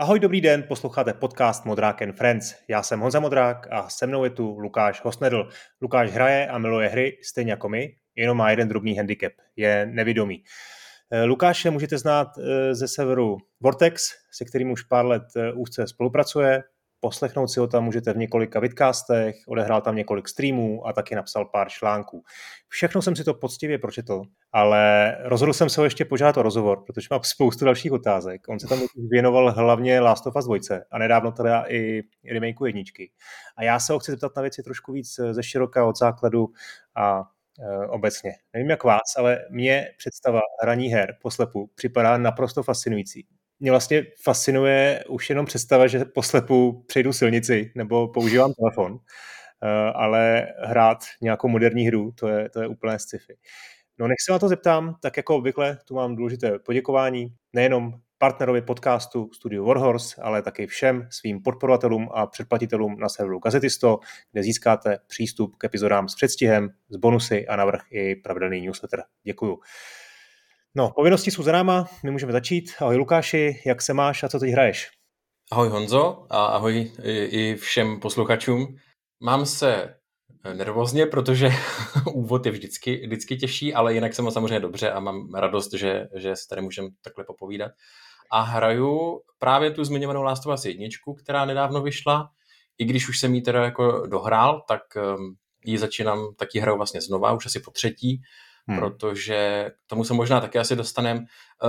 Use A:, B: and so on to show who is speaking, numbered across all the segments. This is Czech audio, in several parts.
A: Ahoj, dobrý den, posloucháte podcast Modrák and Friends. Já jsem Honza Modrák a se mnou je tu Lukáš Hosnedl. Lukáš hraje a miluje hry stejně jako my, jenom má jeden drobný handicap, je nevidomý. Lukáše můžete znát ze serveru Vortex, se kterým už pár let úzce spolupracuje. Poslechnout si ho tam můžete v několika vidcastech, odehrál tam několik streamů a taky napsal pár článků. Všechno jsem si to poctivě pročetl, ale rozhodl jsem se ho ještě požádat o rozhovor, protože má spoustu dalších otázek. On se tam věnoval hlavně Last of Us 2 a nedávno teda i remakeu 1. A já se ho chci zeptat na věci trošku víc ze široka od základu a obecně. Nevím jak vás, ale mně představa hraní her poslepu připadá naprosto fascinující. Mě vlastně fascinuje už jenom představa, že poslepu přejdu silnici nebo používám telefon, ale hrát nějakou moderní hru, to je úplné sci-fi. No než se na to zeptám, tak jako obvykle tu mám důležité poděkování nejenom partnerovi podcastu Studio Warhorse, ale taky všem svým podporovatelům a předplatitelům na serveru Gazetisto, kde získáte přístup k epizodám s předstihem, s bonusy a navrch i pravidelný newsletter. Děkuju. No, povinnosti jsou za náma, my můžeme začít. Ahoj Lukáši, jak se máš a co teď hraješ?
B: Ahoj Honzo a ahoj i všem posluchačům. Mám se nervózně, protože úvod je vždycky těžší, ale jinak jsem samozřejmě dobře a mám radost, že si tady můžeme takhle popovídat. A hraju právě tu zmiňovanou Last of Us 1, která nedávno vyšla. I když už jsem ji teda jako dohrál, tak ji začínám, tak ji hraju vlastně znova, už asi po třetí. Protože k tomu se možná taky asi dostaneme.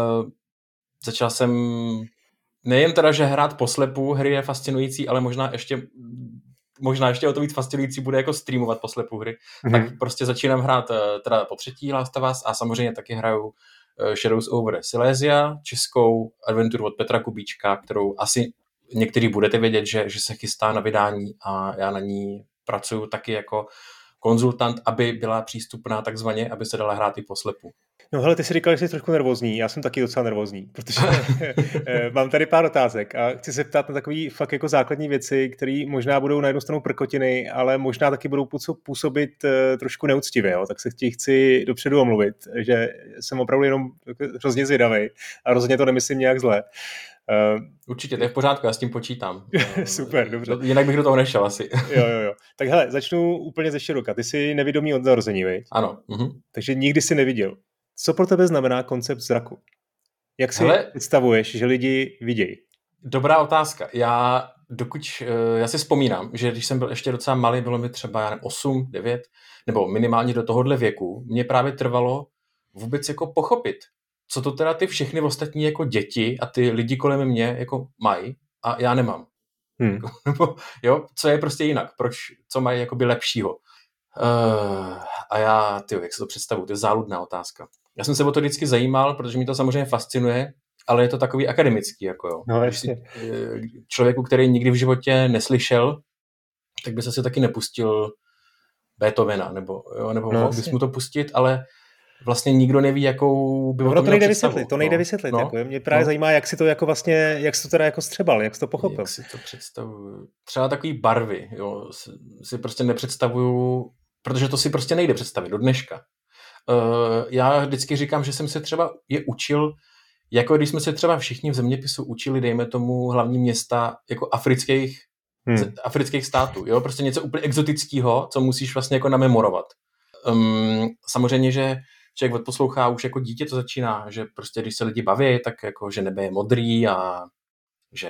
B: Začal jsem nejen teda, že hrát poslepu hry je fascinující, ale možná ještě o to víc fascinující bude jako streamovat poslepu hry. Tak prostě začínám hrát teda po třetí Last of Us a samozřejmě taky hraju Shadows over Silesia, českou adventuru od Petra Kubíčka, kterou asi někteří budete vědět, že se chystá na vydání a já na ní pracuju taky jako konzultant, aby byla přístupná takzvaně, aby se dala hrát i poslepu.
A: No hele, ty jsi říkal, že jsi trošku nervózní, já jsem taky docela nervózní, protože mám tady pár otázek a chci se ptát na takové fakt jako základní věci, které možná budou na jednu stranu prkotiny, ale možná taky budou působit trošku neúctivě, jo? Tak se chci dopředu omluvit, že jsem opravdu jenom hrozně zvědavej a rozhodně to nemyslím nějak zle.
B: Určitě, to je v pořádku, já s tím počítám.
A: Super, dobře.
B: Jinak bych do toho nešel asi.
A: Jo. Tak hele, začnu úplně ze široka. Ty jsi nevidomý od narození, viď?
B: Ano.
A: Takže nikdy jsi neviděl. Co pro tebe znamená koncept zraku? Jak si představuješ, že lidi vidějí?
B: Dobrá otázka. Já si vzpomínám, že když jsem byl ještě docela malý, bylo mi třeba 8, 9, nebo minimálně do tohohle věku, mě právě trvalo vůbec jako pochopit, co to teda ty všechny ostatní jako děti a ty lidi kolem mě jako mají a já nemám. Nebo, jo, co je prostě jinak? Co mají jakoby lepšího? A já, jak se to představuji, to je záludná otázka. Já jsem se o to vždycky zajímal, protože mi to samozřejmě fascinuje, ale je to takový akademický, jako jo.
A: No,
B: člověku, který nikdy v životě neslyšel, tak by se si taky nepustil Beethovena, nebo mohl bys mu to pustit, ale vlastně nikdo neví, jakou by
A: to nejde vysvětlit. To nejde vysvětlit. Jako. Mě právě zajímá, jak si to jako vlastně, jak jsi to teda jako střebal, jak jsi to pochopil.
B: Jak si to představuju. Třeba takový barvy, jo, si prostě nepředstavuju, protože to si prostě nejde představit do dneška. Já vždycky říkám, že jsem se třeba je učil, jako když jsme se třeba všichni v zeměpisu učili, dejme tomu hlavní města jako afrických států, jo, prostě něco úplně exotického, co musíš vlastně jako namemorovat. Samozřejmě, že člověk odposlouchá už jako dítě to začíná, že prostě když se lidi baví, tak jako, že nebe je modrý a že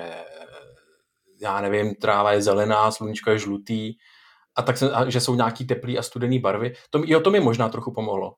B: já nevím, tráva je zelená, sluníčko je žlutý a že jsou nějaký teplý a studený barvy. To mi možná trochu pomohlo.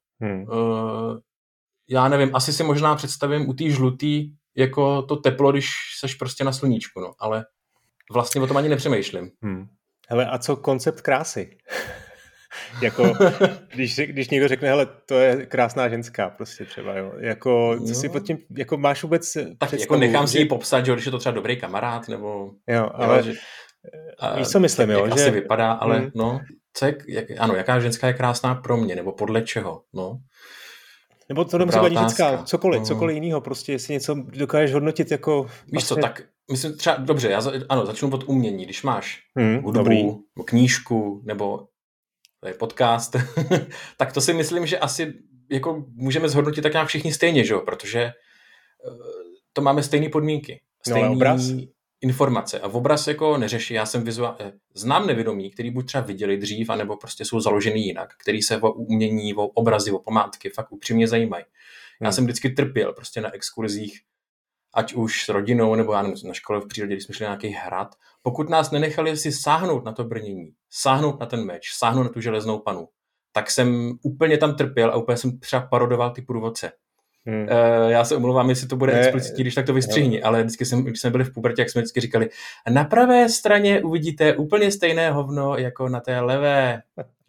B: Já nevím, asi si možná představím u té žlutý jako to teplo, když seš prostě na sluníčku, no, ale vlastně o tom ani nepřemýšlím.
A: Hele, a co koncept krásy? Jako, když někdo řekne, hele, to je krásná ženská, prostě třeba, jo. Jako, co si pod tím, jako máš vůbec
B: tak jako nechám si ji popsat, že když je to třeba dobrý kamarád, nebo...
A: Jo, ale víš, co myslím, jo,
B: že... asi vypadá, ale no, jaká ženská je krásná pro mě, nebo podle čeho, no.
A: Nebo to nemusí být ženská, cokoliv jiného, prostě jestli něco dokážeš hodnotit jako...
B: Víš co, tak myslím třeba, dobře, začnu od umění, když máš hudbu, knížku, nebo podcast, tak to si myslím, že asi jako můžeme zhodnotit tak nějak všichni stejně, že jo, protože to máme stejné podmínky.
A: No, obraz?
B: informace a obraz jako neřeší. Já jsem znám nevědomí, který buď třeba viděli dřív, anebo prostě jsou založený jinak, který se o umění, o obrazy, o památky fakt upřímně zajímají. Já jsem vždycky trpěl prostě na exkurzích, ať už s rodinou, nebo já nevím, na škole v přírodě, když jsme šli na nějaký hrad. Pokud nás nenechali si sáhnout na to brnění, sáhnout na ten meč, sáhnout na tu železnou panu, tak jsem úplně tam trpěl a úplně jsem třeba parodoval ty průvodce. Já se omlouvám, jestli to bude explicitní, když tak to vystřihni, ale vždycky když jsme byli v pubertě, jak jsme vždycky říkali, na pravé straně uvidíte úplně stejné hovno jako na té levé.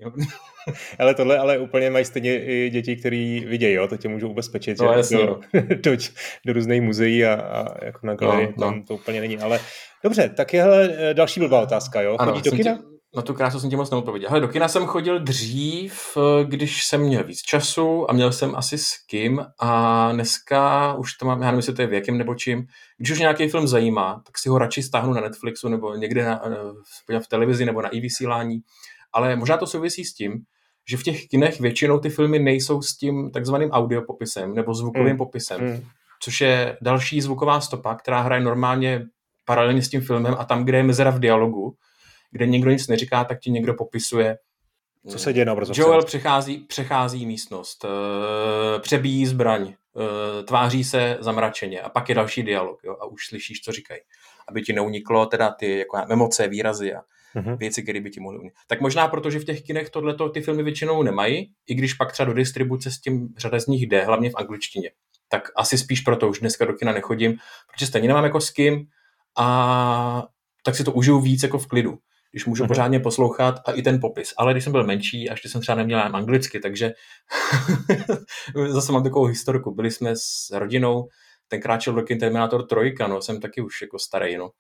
A: Ale tohle ale úplně mají stejně i děti, který vidějí, jo? To tě můžu ubezpečit,
B: no,
A: že do různých muzeí a jako na galerii tam to úplně není. Ale dobře, tak je další blbá otázka, jo? Chodíš do kina?
B: Na tu krásu jsem ti moc neodpověděl. Hele, do kina jsem chodil dřív, když jsem měl víc času a měl jsem asi s kým a dneska už to mám, já nevím, jestli to je věkem nebo čím, když už nějaký film zajímá, tak si ho radši stáhnu na Netflixu nebo někde v televizi nebo na iVysílání, ale možná to souvisí s tím, že v těch kinech většinou ty filmy nejsou s tím takzvaným audiopopisem nebo zvukovým popisem, což je další zvuková stopa, která hraje normálně paralelně s tím filmem a tam, kde je mezera v dialogu, kde někdo nic neříká, tak ti někdo popisuje.
A: Co se děje na obrazovce?
B: Joel přechází místnost, přebíjí zbraň, tváří se zamračeně a pak je další dialog, jo, a už slyšíš, co říkají. Aby ti neuniklo teda ty jako emoce, výrazy a věci, které by ti mohly uniknout. Tak možná protože v těch kinech tohleto ty filmy většinou nemají, i když pak třeba do distribuce s tím řada z nich jde, hlavně v angličtině. Tak asi spíš proto už dneska do kina nechodím, protože stejně nemám jako s kým a tak si to užiju víc jako v klidu, když můžu pořádně poslouchat a i ten popis. Ale když jsem byl menší a ještě jsem třeba neměl anglicky, takže zase mám takovou historku. Byli jsme s rodinou, tenkrát šel do kin Terminator 3, no, jsem taky už jako starý, no.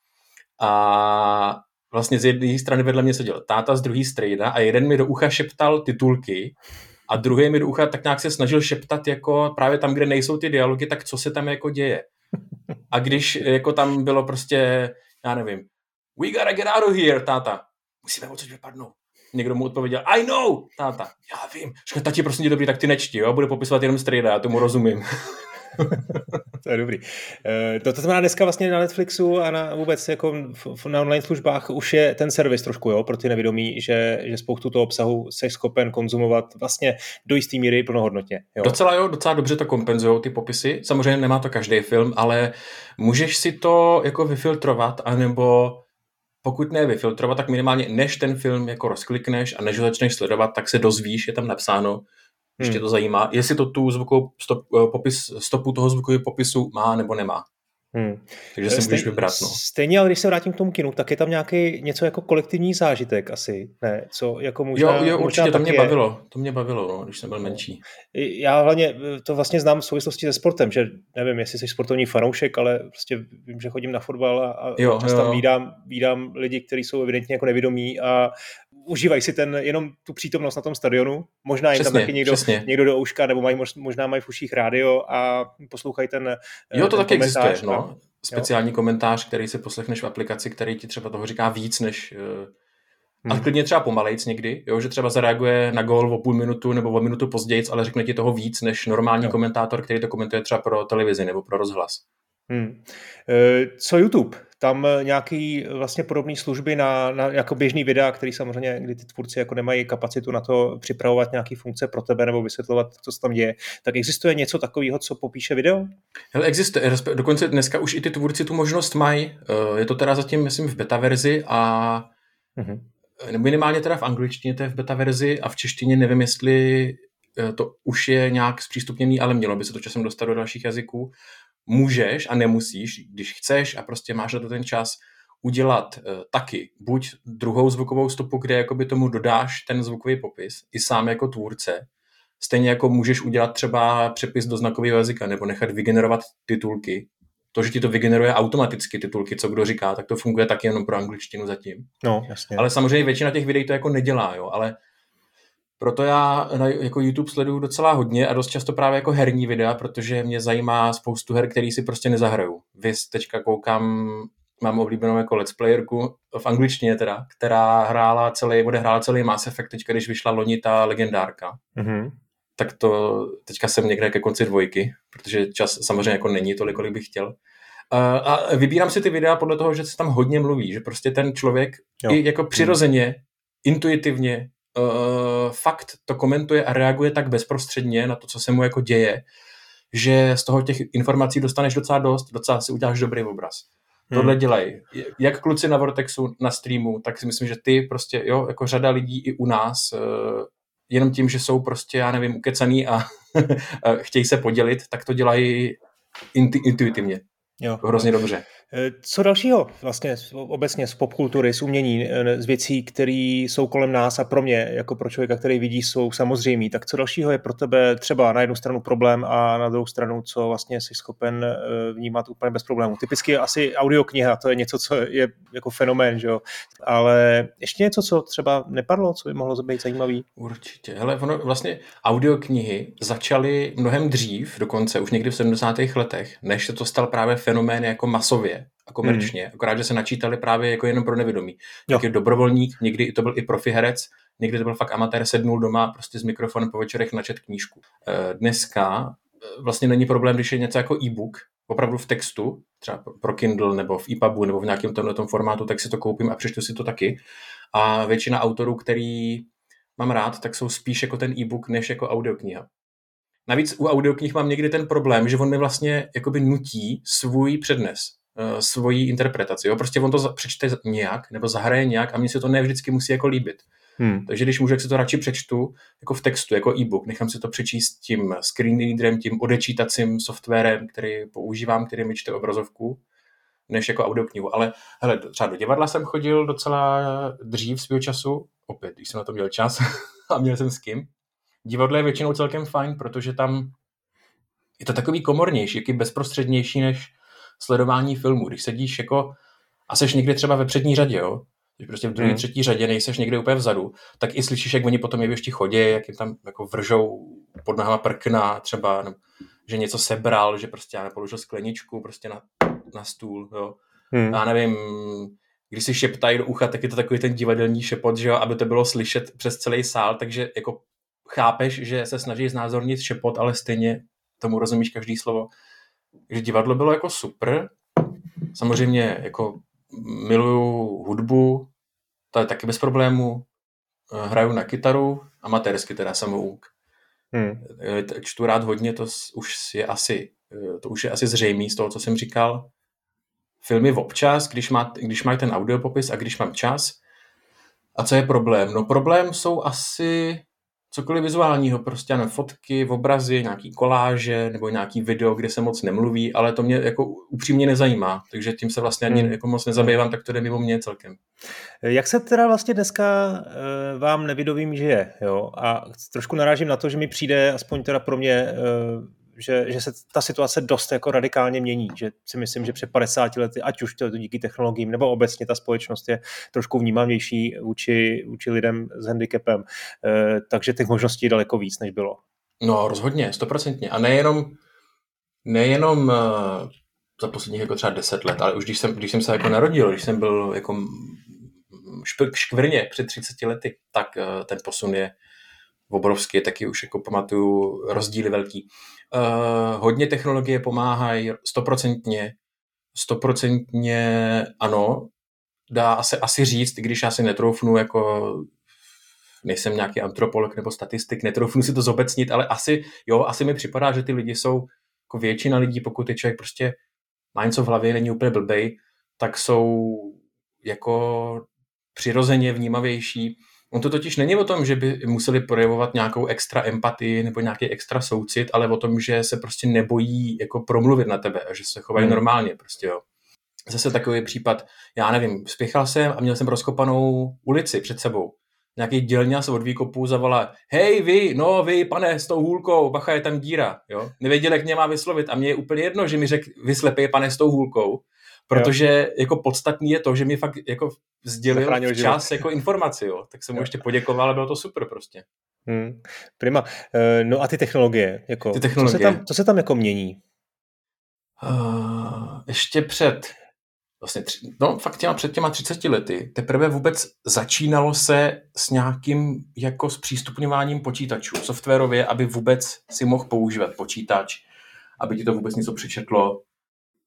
B: A vlastně z jedné strany vedle mě seděl táta, z druhé strejda a jeden mi do ucha šeptal titulky a druhý mi do ucha tak nějak se snažil šeptat jako právě tam, kde nejsou ty dialogy, tak co se tam jako děje. A když jako tam bylo prostě, já nevím, we gotta get out of here, táta. Musíme odsud vypadnout. Někdo mu odpověděl, I know, táta. Já vím. Říkal, tati, prosím tě, dobrý, tak ty nečti, jo? Bude popisovat jenom strejda, já tomu rozumím.
A: To je dobrý. To znamená dneska vlastně na Netflixu a na vůbec jako na online službách už je ten servis trošku, jo, pro ty nevědomí, že spoustu toho obsahu jsi schopen konzumovat vlastně do jisté míry plnohodnotně. Jo?
B: Docela dobře to kompenzujou ty popisy. Samozřejmě nemá to každý film, ale můžeš si to jako vyfiltrovat, anebo pokud ne vyfiltrovat, tak minimálně než ten film jako rozklikneš a než ho začneš sledovat, tak se dozvíš, je tam napsáno, když tě to zajímá, jestli to tu zvukovou stopu toho zvukového popisu má nebo nemá. Takže si můžeš vybrat. No.
A: Stejně, ale když se vrátím k tomu kinu, tak je tam nějaký něco jako kolektivní zážitek asi, ne? Co jako možná,
B: jo, určitě, to mě bavilo, no, když jsem byl menší.
A: Já hlavně to vlastně znám v souvislosti se sportem, že nevím, jestli jsi sportovní fanoušek, ale prostě vím, že chodím na fotbal a často vídám lidi, kteří jsou evidentně jako nevědomí a užívají si jenom tu přítomnost na tom stadionu. Možná jim tam taky někdo do ouška, nebo možná mají v uších rádio a poslouchají ten
B: to taky existuje, no. Speciální komentář, který si poslechneš v aplikaci, který ti třeba toho říká víc, než a klidně třeba pomalejc někdy, jo, že třeba zareaguje na gól o půl minutu nebo o minutu později, ale řekne ti toho víc, než normální komentátor, který to komentuje třeba pro televizi nebo pro rozhlas.
A: Co YouTube? Tam nějaký vlastně podobné služby na jako běžný videa, který samozřejmě, kdy ty tvůrci jako nemají kapacitu na to připravovat nějaký funkce pro tebe nebo vysvětlovat, co se tam děje. Tak existuje něco takového, co popíše video?
B: Hele, existuje. Dokonce dneska už i ty tvůrci tu možnost mají. Je to teda zatím, myslím, v beta verzi a minimálně teda v angličtině to je v beta verzi a v češtině nevím, jestli to už je nějak zpřístupněný, ale mělo by se to časem dostat do dalších jazyků. Můžeš a nemusíš, když chceš a prostě máš na to ten čas, udělat taky buď druhou zvukovou stopu, kde jakoby tomu dodáš ten zvukový popis, i sám jako tvůrce, stejně jako můžeš udělat třeba přepis do znakového jazyka nebo nechat vygenerovat titulky. To, že ti to vygeneruje automaticky titulky, co kdo říká, tak to funguje taky jenom pro angličtinu zatím.
A: No, jasně.
B: Ale samozřejmě většina těch videí to jako nedělá, jo, ale proto já jako YouTube sleduju docela hodně a dost často právě jako herní videa, protože mě zajímá spoustu her, který si prostě nezahraju. Vys teďka koukám, mám oblíbenou jako let's playerku, v angličtině teda, která odehrála celý Mass Effect teďka, když vyšla loni ta legendárka. Tak to teďka jsem někde ke konci 2, protože čas samozřejmě jako není tolik, kolik bych chtěl. A vybírám si ty videa podle toho, že se tam hodně mluví, že prostě ten člověk i jako přirozeně, intuitivně fakt to komentuje a reaguje tak bezprostředně na to, co se mu jako děje, že z toho těch informací dostaneš docela dost, docela si uděláš dobrý obraz. Tohle dělají. Jak kluci na Vortexu, na streamu, tak si myslím, že ty prostě, jo, jako řada lidí i u nás, jenom tím, že jsou prostě, já nevím, ukecaný a chtějí se podělit, tak to dělají intuitivně. Jo. Hrozně dobře.
A: Co dalšího vlastně obecně z popkultury, z umění, z věcí, které jsou kolem nás a pro mě, jako pro člověka, který vidí, jsou samozřejmý, tak co dalšího je pro tebe třeba na jednu stranu problém a na druhou stranu, co vlastně jsi schopen vnímat úplně bez problémů? Typicky asi audiokniha, to je něco, co je jako fenomén, že jo? Ale ještě něco, co třeba nepadlo, co by mohlo být zajímavý?
B: Určitě. Hele, vlastně audioknihy začaly mnohem dřív, dokonce už někdy v 70. letech, než se to stal právě fenomén jako masově a komerčně. Akorát, že se načítali právě jako jenom pro nevědomí. Taky dobrovolník, někdy to byl i profi herec, někdy to byl fakt amatér, sednul doma prostě s mikrofonem po večerech načet knížku. Dneska vlastně není problém, když je něco jako e-book, opravdu v textu, třeba pro Kindle nebo v EPUBu nebo v nějakém tomhletom formátu, tak si to koupím a přečtu si to taky. A většina autorů, který mám rád, tak jsou spíš jako ten e-book, než jako audiokniha. Navíc u audioknih mám někdy ten problém, že on mi vlastně jakoby nutí svůj přednes, svoji interpretaci. Jo? Prostě on to přečte nějak, nebo zahraje nějak a mně se to ne vždycky musí jako líbit. Takže když můžu, jak si to radši přečtu jako v textu, jako e-book, nechám si to přečíst tím screen readerem, tím odečítacím softwarem, který používám, který mi čte obrazovku, než jako audioknihu. Ale hele, třeba do divadla jsem chodil docela dřív svého času, opět, když jsem na to měl čas a měl jsem s kým. Divadlo je většinou celkem fajn, protože tam je to takový komornější, jaký bezprostřednější než sledování filmu. Když sedíš jako a seš někde třeba ve přední řadě, jo, když prostě v druhé, třetí řadě nejseš někde úplně vzadu, tak i slyšíš, jak oni potom jevišti chodí, jak jim tam jako vržou pod nohama prkna třeba, no, že něco sebral, že prostě já nepoložil skleničku prostě na stůl, jo. Já nevím, když si šeptají do ucha, tak je to takový ten divadelní šepot, že jo, aby to bylo slyšet přes celý sál, takže jako chápeš, že se snaží znázornit šepot, ale stejně tomu rozumíš každý slovo. Takže divadlo bylo jako super. Samozřejmě jako miluju hudbu, to je taky bez problému. Hraju na kytaru, amatérsky teda samouk. Čtu rád hodně, to už je asi zřejmý z toho, co jsem říkal. Filmy občas, když mají ten audiopopis a když mám čas. A co je problém? No problém jsou asi cokoliv vizuálního, prostě fotky, obrazy, nějaký koláže nebo nějaký video, kde se moc nemluví, ale to mě jako upřímně nezajímá, takže tím se vlastně ani jako moc nezabývám, tak to jde mimo mě celkem.
A: Jak se teda vlastně dneska vám nevědomím žije, jo? A trošku narážím na to, že mi přijde, aspoň teda pro mě, že se ta situace dost jako radikálně mění, že si myslím, že před 50 lety, ať už to díky technologiím, nebo obecně ta společnost je trošku vnímavější vůči lidem s handicapem, takže těch možností je daleko víc, než bylo.
B: No rozhodně, 100%. A nejenom za posledních jako třeba 10 let, ale už když jsem se jako narodil, když jsem byl jako škvrně před 30 lety, tak ten posun je obrovský, taky už jako pamatuju rozdíly velký. Hodně technologie pomáhají, 100% ano, dá se asi říct, když já si netroufnu, jako nejsem nějaký antropolog nebo statistik, netroufnu si to zobecnit, ale asi mi připadá, že ty lidi jsou, jako většina lidí, pokud je člověk prostě má něco v hlavě, není úplně blbej, tak jsou jako přirozeně vnímavější. On to totiž není o tom, že by museli projevovat nějakou extra empatii nebo nějaký extra soucit, ale o tom, že se prostě nebojí jako promluvit na tebe a že se chovají normálně prostě, jo. Zase takový případ, já nevím, spěchal jsem a měl jsem rozkopanou ulici před sebou. Nějaký dělňas od výkopu zavolá, hej vy, pane, s tou hůlkou, bacha, je tam díra, jo. Nevěděl, jak mě má vyslovit a mně je úplně jedno, že mi řekl, vy slepej, pane, s tou hůlkou, protože jako podstatný je to, že mi fakt jako sdělil včas jako informaci, jo. Tak jsem mu ještě poděkoval, ale bylo to super prostě.
A: Prima. No a ty technologie, jako, co se tam jako mění?
B: Ještě před těma 30 lety teprve vůbec začínalo se s nějakým jako zpřístupňováním počítačů softwarově, aby vůbec si mohl používat počítač, aby ti to vůbec něco přečetlo.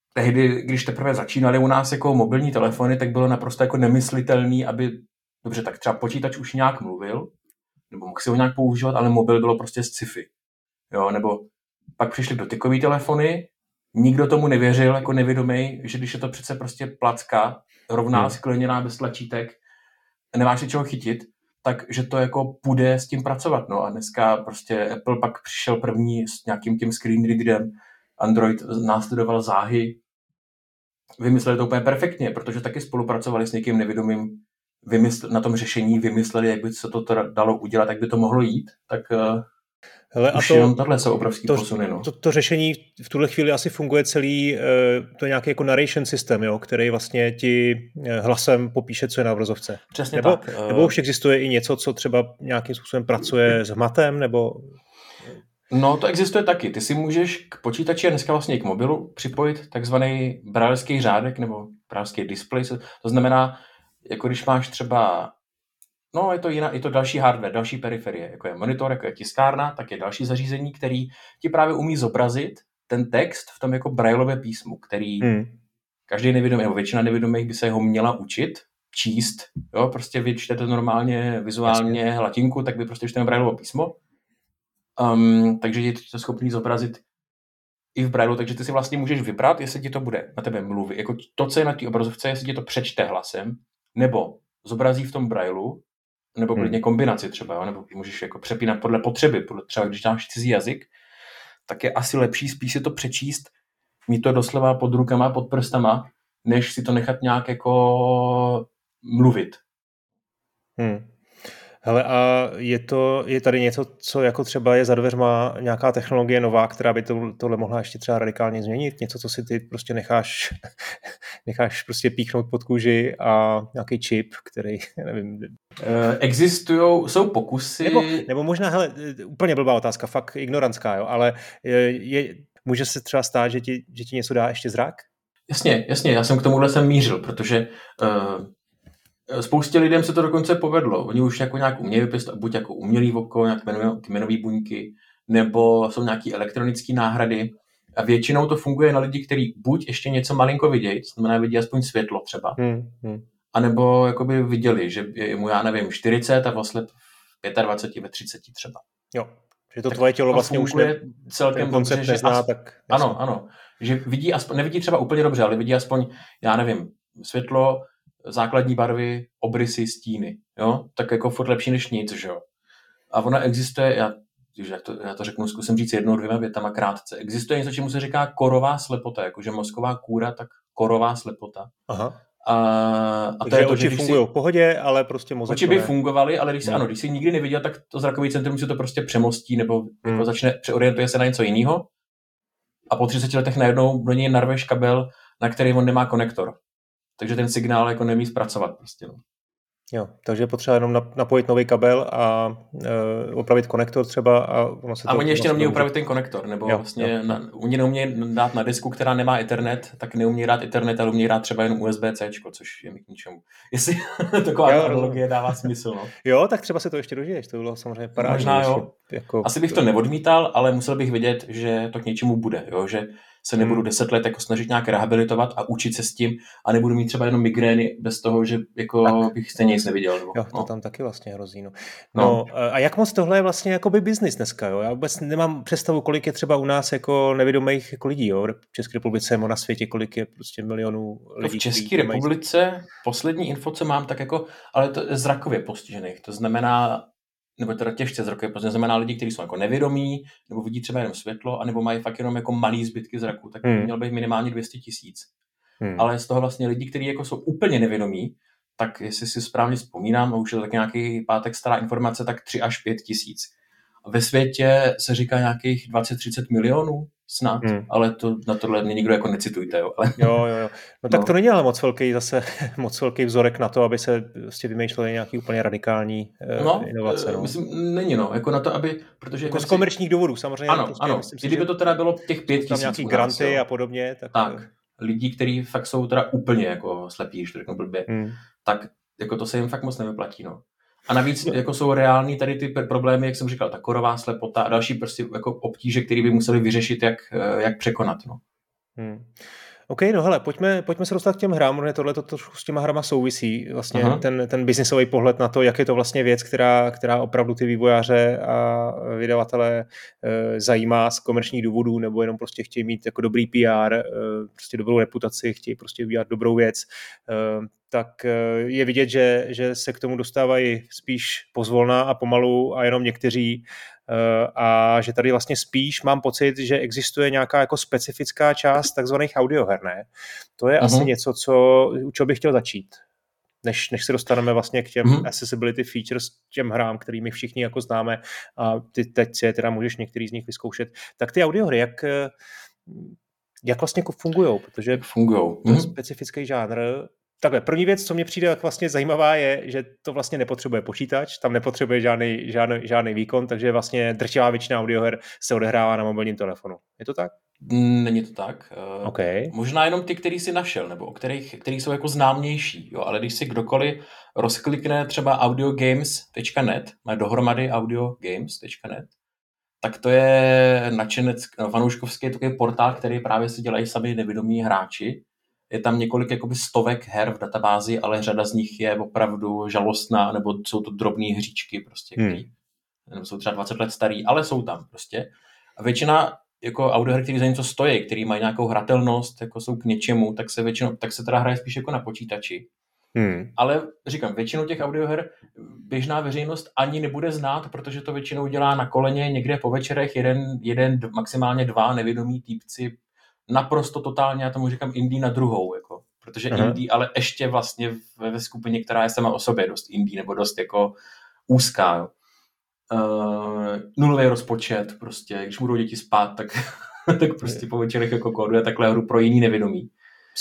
B: tehdy, když teprve začínaly u nás jako mobilní telefony, tak bylo naprosto jako nemyslitelný, aby, dobře, tak třeba počítač už nějak mluvil, nebo mohl si ho nějak používat, ale mobil bylo prostě sci-fi. Jo, nebo pak přišly dotykové telefony, nikdo tomu nevěřil jako nevědomý, že když je to přece prostě placka, rovná, skleněná, bez tlačítek, nemáš se čeho chytit, takže to jako půjde s tím pracovat. No a dneska prostě Apple pak přišel první s nějakým tím screen readerem, Android následoval záhy, vymysleli to úplně perfektně, protože taky spolupracovali s někým nevědomým na tom řešení, vymysleli, jak by se to dalo udělat, jak by to mohlo jít, tak
A: hele,
B: už jenom tohle jsou obrovský posuny. No.
A: To řešení v tuhle chvíli asi funguje celý, to je nějaký jako narration systém, jo, který vlastně ti hlasem popíše, co je na obrazovce.
B: Přesně
A: tak. Nebo už existuje i něco, co třeba nějakým způsobem pracuje s hmatem, nebo...
B: No, to existuje taky. Ty si můžeš k počítači a dneska vlastně i k mobilu připojit takzvaný brailleský řádek nebo brailleský display. To znamená, jako když máš třeba, no je to další hardware, další periferie, jako je monitor, jako je tiskárna, tak je další zařízení, který ti právě umí zobrazit ten text v tom jako braillové písmu, který každý nevědomý, nebo většina nevědomých by se ho měla učit, číst, jo, prostě vy čtete normálně vizuálně latinku, tak by prostě čtete braillovo písmo. Takže je to schopný zobrazit i v brailu, takže ty si vlastně můžeš vybrat, jestli ti to bude na tebe mluvit. Jako to, co je na té obrazovce, jestli ti to přečte hlasem, nebo zobrazí v tom brailu, nebo klidně kombinaci třeba, jo? Nebo můžeš jako přepínat podle potřeby, třeba když dáš cizí jazyk, tak je asi lepší spíš si to přečíst, mít to doslova pod rukama, pod prstama, než si to nechat nějak jako mluvit.
A: Hele, a je tady něco, co jako třeba je za dveřma nějaká technologie nová, která by tohle mohla ještě třeba radikálně změnit? Něco, co si ty prostě necháš prostě píchnout pod kůži a nějaký čip, který, nevím...
B: Jsou pokusy...
A: Nebo možná, hele, úplně blbá otázka, fakt ignorantská, jo, ale může se třeba stát, že ti něco dá ještě zrak?
B: Jasně, já jsem k tomuhle mířil, protože... Spoustě lidem se to dokonce povedlo. Oni už jako nějak umějí vypěstovat, buď jako umělý oko, nějaké kmenové buňky, nebo jsou nějaké elektronické náhrady. A většinou to funguje na lidi, kteří buď ještě něco malinko vidějí, to znamená vidí aspoň světlo třeba, anebo jakoby viděli, že je mu, já nevím, 40 a oslep v 25, ve 30 třeba.
A: Jo, že to tak tvoje tělo vlastně už
B: celkem
A: koncept
B: dobře,
A: nezná, tak...
B: Ano, že vidí aspoň, nevidí třeba úplně dobře, ale vidí aspoň, já nevím, světlo, základní barvy, obrysy, stíny, jo? Tak jako furt lepší než nic, že jo? A ona existuje, já to řeknu, zkusím říct 1-2 větama krátce. Existuje něco, čemu se říká korová slepota, jakože mozková kůra, tak korová slepota.
A: Aha.
B: A to je to,
A: oči fungují v pohodě, ale prostě mozek
B: oči by fungovaly, ale když jsi nikdy neviděl, tak to zrakové centrum si to prostě přemostí nebo jako přeorientuje se na něco jiného a po 30 letech najednou do něj narveš kabel, na který on nemá konektor. Takže ten signál jako nemí zpracovat prostě. No.
A: Jo, takže je potřeba jenom napojit nový kabel a opravit konektor třeba. A
B: oni ještě neumí upravit ten konektor, nebo vlastně oni neumí dát na disku, která nemá Ethernet, tak neumí dát Ethernet, ale umí dát třeba jenom USB-C, což je mi k ničemu. Jestli taková analogie dává smysl. No.
A: Jo, tak třeba se to ještě dožiješ, to bylo samozřejmě parádní.
B: Možná jo. Jako... Asi bych to neodmítal, ale musel bych vědět, že to k něčemu bude, jo? Že se nebudu 10 let jako snažit nějak rehabilitovat a učit se s tím a nebudu mít třeba jenom migrény bez toho, že jako bych stejně nic neviděl. Nebo,
A: jo, to tam taky vlastně hrozí. No. A jak moc tohle je vlastně jakoby business dneska? Jo? Já vůbec nemám představu, kolik je třeba u nás jako nevědomých jako lidí. Jo? V České republice nebo na světě, kolik je prostě milionů lidí.
B: V České republice poslední info, co mám, tak jako, ale to je zrakově postižených. To znamená, nebo teda těžce zrakově postižených, znamená lidi, kteří jsou jako nevědomí, nebo vidí třeba jenom světlo, anebo mají fakt jenom jako malý zbytky zraku, tak měl bych minimálně 200 000. Ale z toho vlastně lidi, kteří jako jsou úplně nevědomí, tak jestli si správně vzpomínám, a už je to tak nějaký pátek stará informace, tak 3 až 5 tisíc. A ve světě se říká nějakých 20-30 milionů snad, ale na tohle mě nikdo jako necitujte. Jo. Ale...
A: Jo. No tak to není ale moc velký vzorek na to, aby se vlastně vymýšleli nějaký úplně radikální inovace. No.
B: Myslím, není jako na to, aby... Protože
A: jako z komerčních důvodů samozřejmě.
B: Ano, myslím si, kdyby to teda bylo těch 5 000.
A: Nějaký granty a podobně.
B: Tak, lidí, kteří fakt jsou teda úplně jako slepí, když to řeknu blbě, tak jako to se jim fakt moc nevyplatí, no. A navíc jako jsou reální tady ty problémy, jak jsem říkal, ta korová slepota a další prostě jako obtíže, které by museli vyřešit, jak překonat. No.
A: OK, no hele, pojďme se dostat k těm hrám, protože tohle to trošku s těma hrama souvisí. Vlastně ten biznisový pohled na to, jak je to vlastně věc, která opravdu ty vývojáře a vydavatele zajímá z komerčních důvodů, nebo jenom prostě chtějí mít jako dobrý PR, prostě dobrou reputaci, chtějí prostě udělat dobrou věc. Tak je vidět, že se k tomu dostávají spíš pozvolna a pomalu a jenom někteří, a že tady vlastně spíš mám pocit, že existuje nějaká jako specifická část takzvaných audioher, ne? To je asi něco, u čeho bych chtěl začít, než se dostaneme vlastně k těm accessibility features, těm hrám, kterými všichni jako známe, a ty teď si teda můžeš některý z nich vyzkoušet. Tak ty audiohry, jak vlastně fungujou? Protože to je specifický žánr. Takhle, první věc, co mě přijde vlastně zajímavá, je, že to vlastně nepotřebuje počítač, tam nepotřebuje žádný výkon, takže vlastně drtivá většina audioher se odehrává na mobilním telefonu. Je to tak?
B: Není to tak.
A: Okay.
B: Možná jenom ty, který si našel, nebo který jsou jako známější, jo, ale když si kdokoliv rozklikne třeba audiogames.net, má dohromady audiogames.net, tak to je nadšenec, fanouškovský takový portál, který právě si dělají sami nevědomí hráči. Je tam několik jakoby stovek her v databázi, ale řada z nich je opravdu žalostná, nebo jsou to drobné hříčky, prostě, který nebo jsou třeba 20 let starý, ale jsou tam prostě. A většina jako audioher, který za něco stojí, který mají nějakou hratelnost, jako jsou k něčemu, tak se teda hraje spíš jako na počítači. Ale říkám, většinou těch audioher běžná veřejnost ani nebude znát, protože to většinou dělá na koleně někde po večerech jeden maximálně dva nevědomí týpci, naprosto totálně, já tomu říkám indie na druhou, jako, protože indie, ale ještě vlastně ve skupině, která je sama o sobě dost indie, nebo dost jako úzká, jo. Nulový rozpočet, prostě, když budou děti spát, tak prostě po večerech jako kóduje takhle hru pro jiný nevědomí.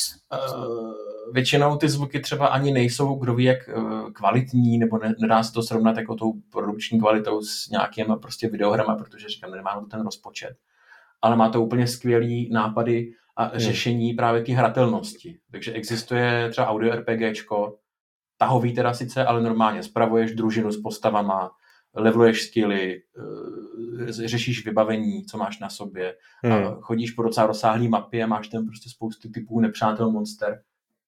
B: Většinou ty zvuky třeba ani nejsou, kdo ví, jak kvalitní, nebo nedá se to srovnat jako tou produkční kvalitou s nějakýma prostě videohrama, protože říkám, nemá ten rozpočet. Ale má to úplně skvělý nápady a řešení právě té hratelnosti. Takže existuje třeba audio RPGčko, tahový teda sice, ale normálně spravuješ družinu s postavama, leveluješ skilly, řešíš vybavení, co máš na sobě, a chodíš po docela rozsáhlý mapě a máš tam prostě spoustu typů nepřátel monster.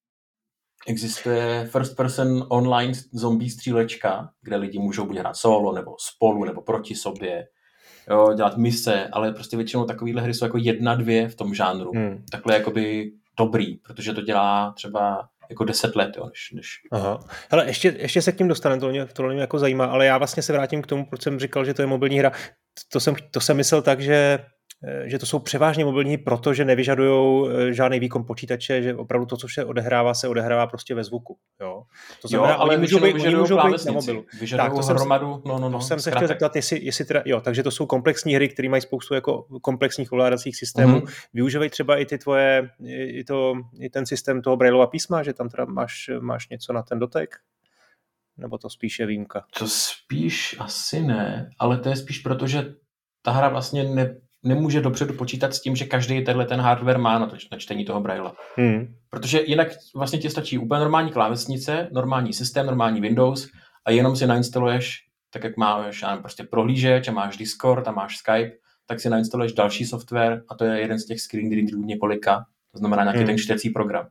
B: Existuje first person online zombie střílečka, kde lidi můžou buď hrát solo, nebo spolu, nebo proti sobě, jo, dělat mise, ale prostě většinou takovýhle hry jsou jako 1-2 v tom žánru. Takhle jakoby dobrý, protože to dělá třeba jako 10 let, jo, než...
A: Aha. Hele, ještě se k tím dostaneme, to mě jako zajímá, ale já vlastně se vrátím k tomu, proč jsem říkal, že to je mobilní hra. To jsem myslel tak, že to jsou převážně mobilní, protože nevyžadujou žádný výkon počítače, že opravdu to, co se odehrává prostě ve zvuku. Jo? To znamená,
B: ale
A: oni můžou být na mobilu.
B: Tak,
A: to jsem se chtěl zeptat, jestli teda, jo, takže to jsou komplexní hry, které mají spoustu jako komplexních ovládacích systémů. Využívají třeba i ty tvoje, i ten systém toho Braillova písma, že tam teda máš něco na ten dotek? Nebo to spíš je výjimka?
B: To spíš asi ne, ale to je spíš proto, že ta hra vlastně nemůže dopředu počítat s tím, že každý ten hardware má na čtení toho Brailla. Protože jinak vlastně ti stačí úplně normální klávesnice, normální systém, normální Windows a jenom si nainstaluješ, tak jak máš prostě prohlížeč a máš Discord a máš Skype, tak si nainstaluješ další software a to je jeden z těch screen readerů několika, to znamená nějaký ten čtecí program.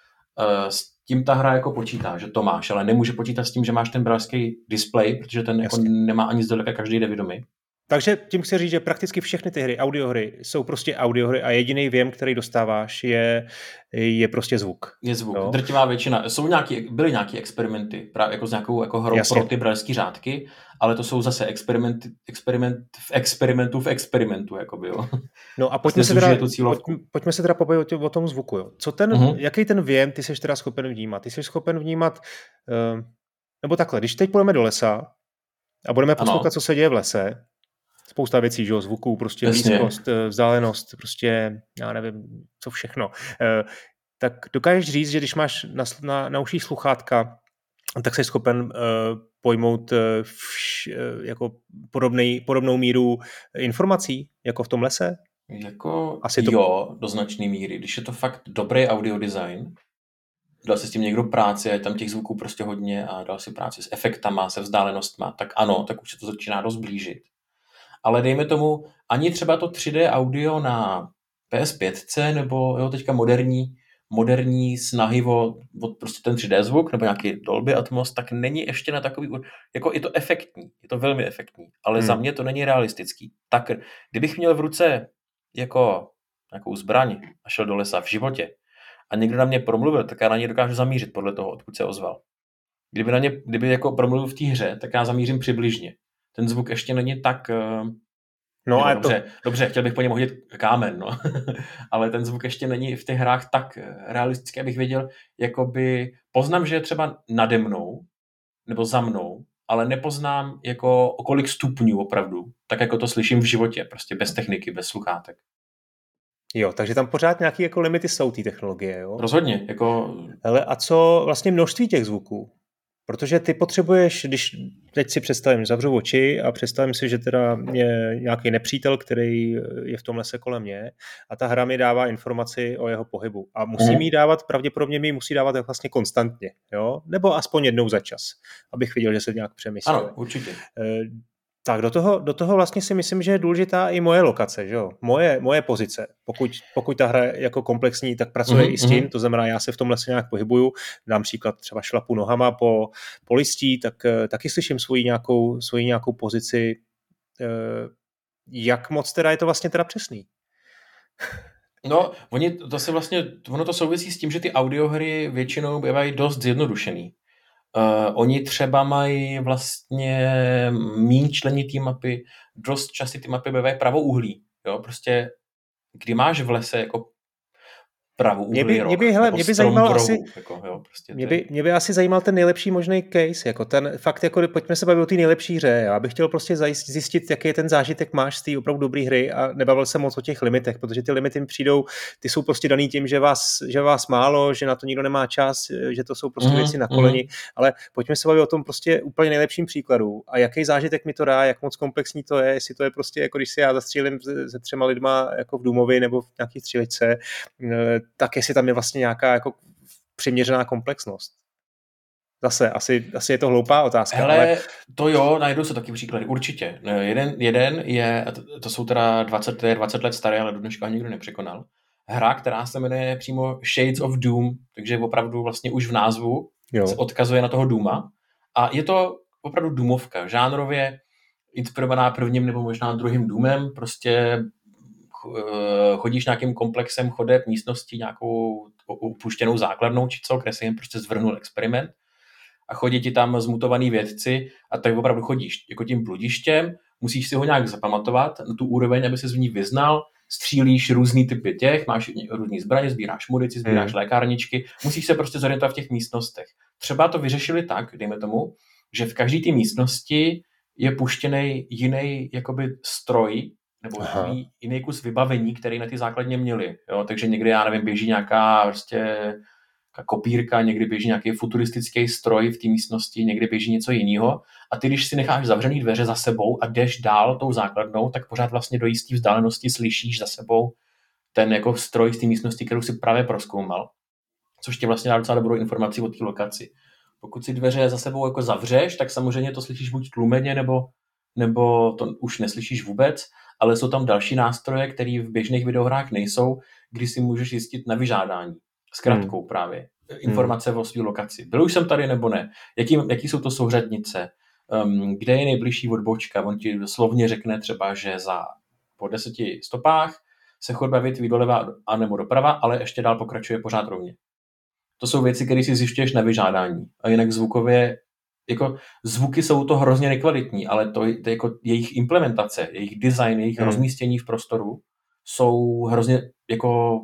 B: S tím ta hra jako počítá, že to máš, ale nemůže počítat s tím, že máš ten brailleovský display, protože ten jako nemá ani zdaleka každý nevědomý.
A: Takže tím chci říct, že prakticky všechny ty hry, audiohry, jsou prostě audiohry a jediný věm, který dostáváš, je prostě zvuk.
B: Je zvuk. No? Drtivá většina. Byly nějaké experimenty právě jako s nějakou jako hrou pro ty brailleské řádky, ale to jsou zase experimentu v experimentu, jakoby, jo.
A: No a pojďme se teda pobavit o tom zvuku, jo. Jaký ten věm ty jsi teda schopen vnímat? Ty jsi schopen vnímat, nebo takhle, když teď půjdeme do lesa a budeme poslouchat, co se děje v lese, spousta věcí, že jo, zvuků, prostě blízkost, vzdálenost, prostě, já nevím, co všechno. Tak dokážeš říct, že když máš na uších sluchátka, tak jsi schopen pojmout jako podobnou míru informací, jako v tom lese?
B: Jako jo, do značné míry. Když je to fakt dobrý audio design, dal si s tím někdo práci a je tam těch zvuků prostě hodně a dal si práci s efektama, se vzdálenostma, tak ano, tak už se to začíná dost blížit. Ale dejme tomu, ani třeba to 3D audio na PS5 nebo jo, teďka moderní moderní snahy o prostě ten 3D zvuk nebo nějaký Dolby Atmos, tak není ještě na takový, jako je to efektní, je to velmi efektní, ale za mě to není realistický. Tak kdybych měl v ruce jako nějakou zbraň a šel do lesa v životě a někdo na mě promluvil, tak já na něj dokážu zamířit podle toho, odkud se ozval. Kdyby jako promluvil v té hře, tak já zamířím přibližně. Ten zvuk ještě není tak... No a dobře, chtěl bych po něm hodit kámen, no. Ale ten zvuk ještě není v těch hrách tak realistický, abych věděl, jakoby poznám, že je třeba nade mnou, nebo za mnou, ale nepoznám jako o kolik stupňů opravdu, tak jako to slyším v životě, prostě bez techniky, bez sluchátek.
A: Jo, takže tam pořád nějaké jako limity jsou té technologie, jo?
B: Rozhodně, jako...
A: Hele, a co vlastně množství těch zvuků? Protože ty potřebuješ, když teď si představím, zavřu oči a představím si, že teda je nějaký nepřítel, který je v tom lese kolem mě a ta hra mi dává informaci o jeho pohybu. A musí mi dávat, pravděpodobně mi musí dávat vlastně konstantně, jo? Nebo aspoň jednou za čas, abych viděl, že se nějak přemysluje.
B: Ano, určitě.
A: Tak do toho vlastně si myslím, že je důležitá i moje lokace, že jo? Moje pozice. Pokud ta hra je jako komplexní, tak pracuje i s tím, to znamená, já se v tom lese nějak pohybuju, dám příklad třeba šlapu nohama po listí, tak taky slyším svoji nějakou pozici. Jak moc teda je to vlastně teda přesný?
B: No, ono to souvisí s tím, že ty audiohry většinou bývají dost zjednodušený. Oni třeba mají vlastně míň členitý mapy, dost časy ty mapy bývají pravouhlý. Jo? Prostě, kdy máš v lese jako pravouhlý roh,
A: mě by zajímal
B: rohu,
A: asi,
B: jako, jo, prostě
A: mě by asi zajímal ten nejlepší možný case, jako ten fakt, jako pojďme se bavit o té nejlepší hře. Já bych chtěl prostě zjistit, jaký je ten zážitek máš z té opravdu dobré hry a nebavil jsem moc o těch limitech, protože ty limity mi přijdou, ty jsou prostě daný tím, že vás málo, že na to nikdo nemá čas, že to jsou prostě věci na koleni, ale pojďme se bavit o tom prostě úplně nejlepším příkladu a jaký zážitek mi to dá, jak moc komplexní to je, jestli to je prostě jako když si já zastřílím se 3 lidma jako v Doomovi nebo v nějaký střílečce, tak jestli tam je vlastně nějaká jako přiměřená komplexnost. Zase, asi je to hloupá otázka.
B: Hele, to jo, najdou se taky příklady, určitě. Jeden je, to jsou teda 20 let staré, ale do dneška nikdo nepřekonal. Hra, která se jmenuje přímo Shades of Doom, takže opravdu vlastně už v názvu se odkazuje na toho Dooma. A je to opravdu Doomovka, žánrově inspirovaná prvním nebo možná druhým Doomem, prostě chodíš nějakým komplexem chodeb, místností, nějakou upuštěnou základnou či co, kde se jim prostě zvrhnul experiment a chodí ti tam zmutovaný vědci a tak opravdu chodíš jako tím bludištěm, musíš si ho nějak zapamatovat na tu úroveň, aby se v ní vyznal, střílíš různý typy těch, máš různý zbraně, sbíráš munici, sbíráš lékárničky, musíš se prostě zorientovat v těch místnostech. Třeba to vyřešili tak, dejme tomu, že v každé té místnosti je puštěný jiný jakoby stroj, nebo jiný kus vybavení, který na ty základně měli. Jo? Takže někdy, já nevím, běží nějaká prostě kopírka, někdy běží nějaký futuristický stroj v té místnosti, někdy běží něco jiného. A ty, když si necháš zavřený dveře za sebou a jdeš dál tou základnou, tak pořád vlastně do jisté vzdálenosti slyšíš za sebou ten jako stroj z té místnosti, kterou si právě prozkoumal. Což ti vlastně dá docela dobrou informaci o té lokaci. Pokud si dveře za sebou jako zavřeš, tak samozřejmě to slyšíš buď tlumeně, nebo to už neslyšíš vůbec, ale jsou tam další nástroje, které v běžných videohrách nejsou, kdy si můžeš zjistit na vyžádání. Zkratkou právě. Informace o své lokaci. Byl už jsem tady nebo ne? Jaký jsou to souřadnice? Kde je nejbližší odbočka? On ti slovně řekne třeba, že po 10 stopách se chodba větví doleva a nebo doprava, ale ještě dál pokračuje pořád rovně. To jsou věci, které si zjišťuješ na vyžádání. A jinak zvukově jako zvuky jsou to hrozně nekvalitní, ale to jako jejich implementace, jejich design, jejich rozmístění v prostoru jsou hrozně jako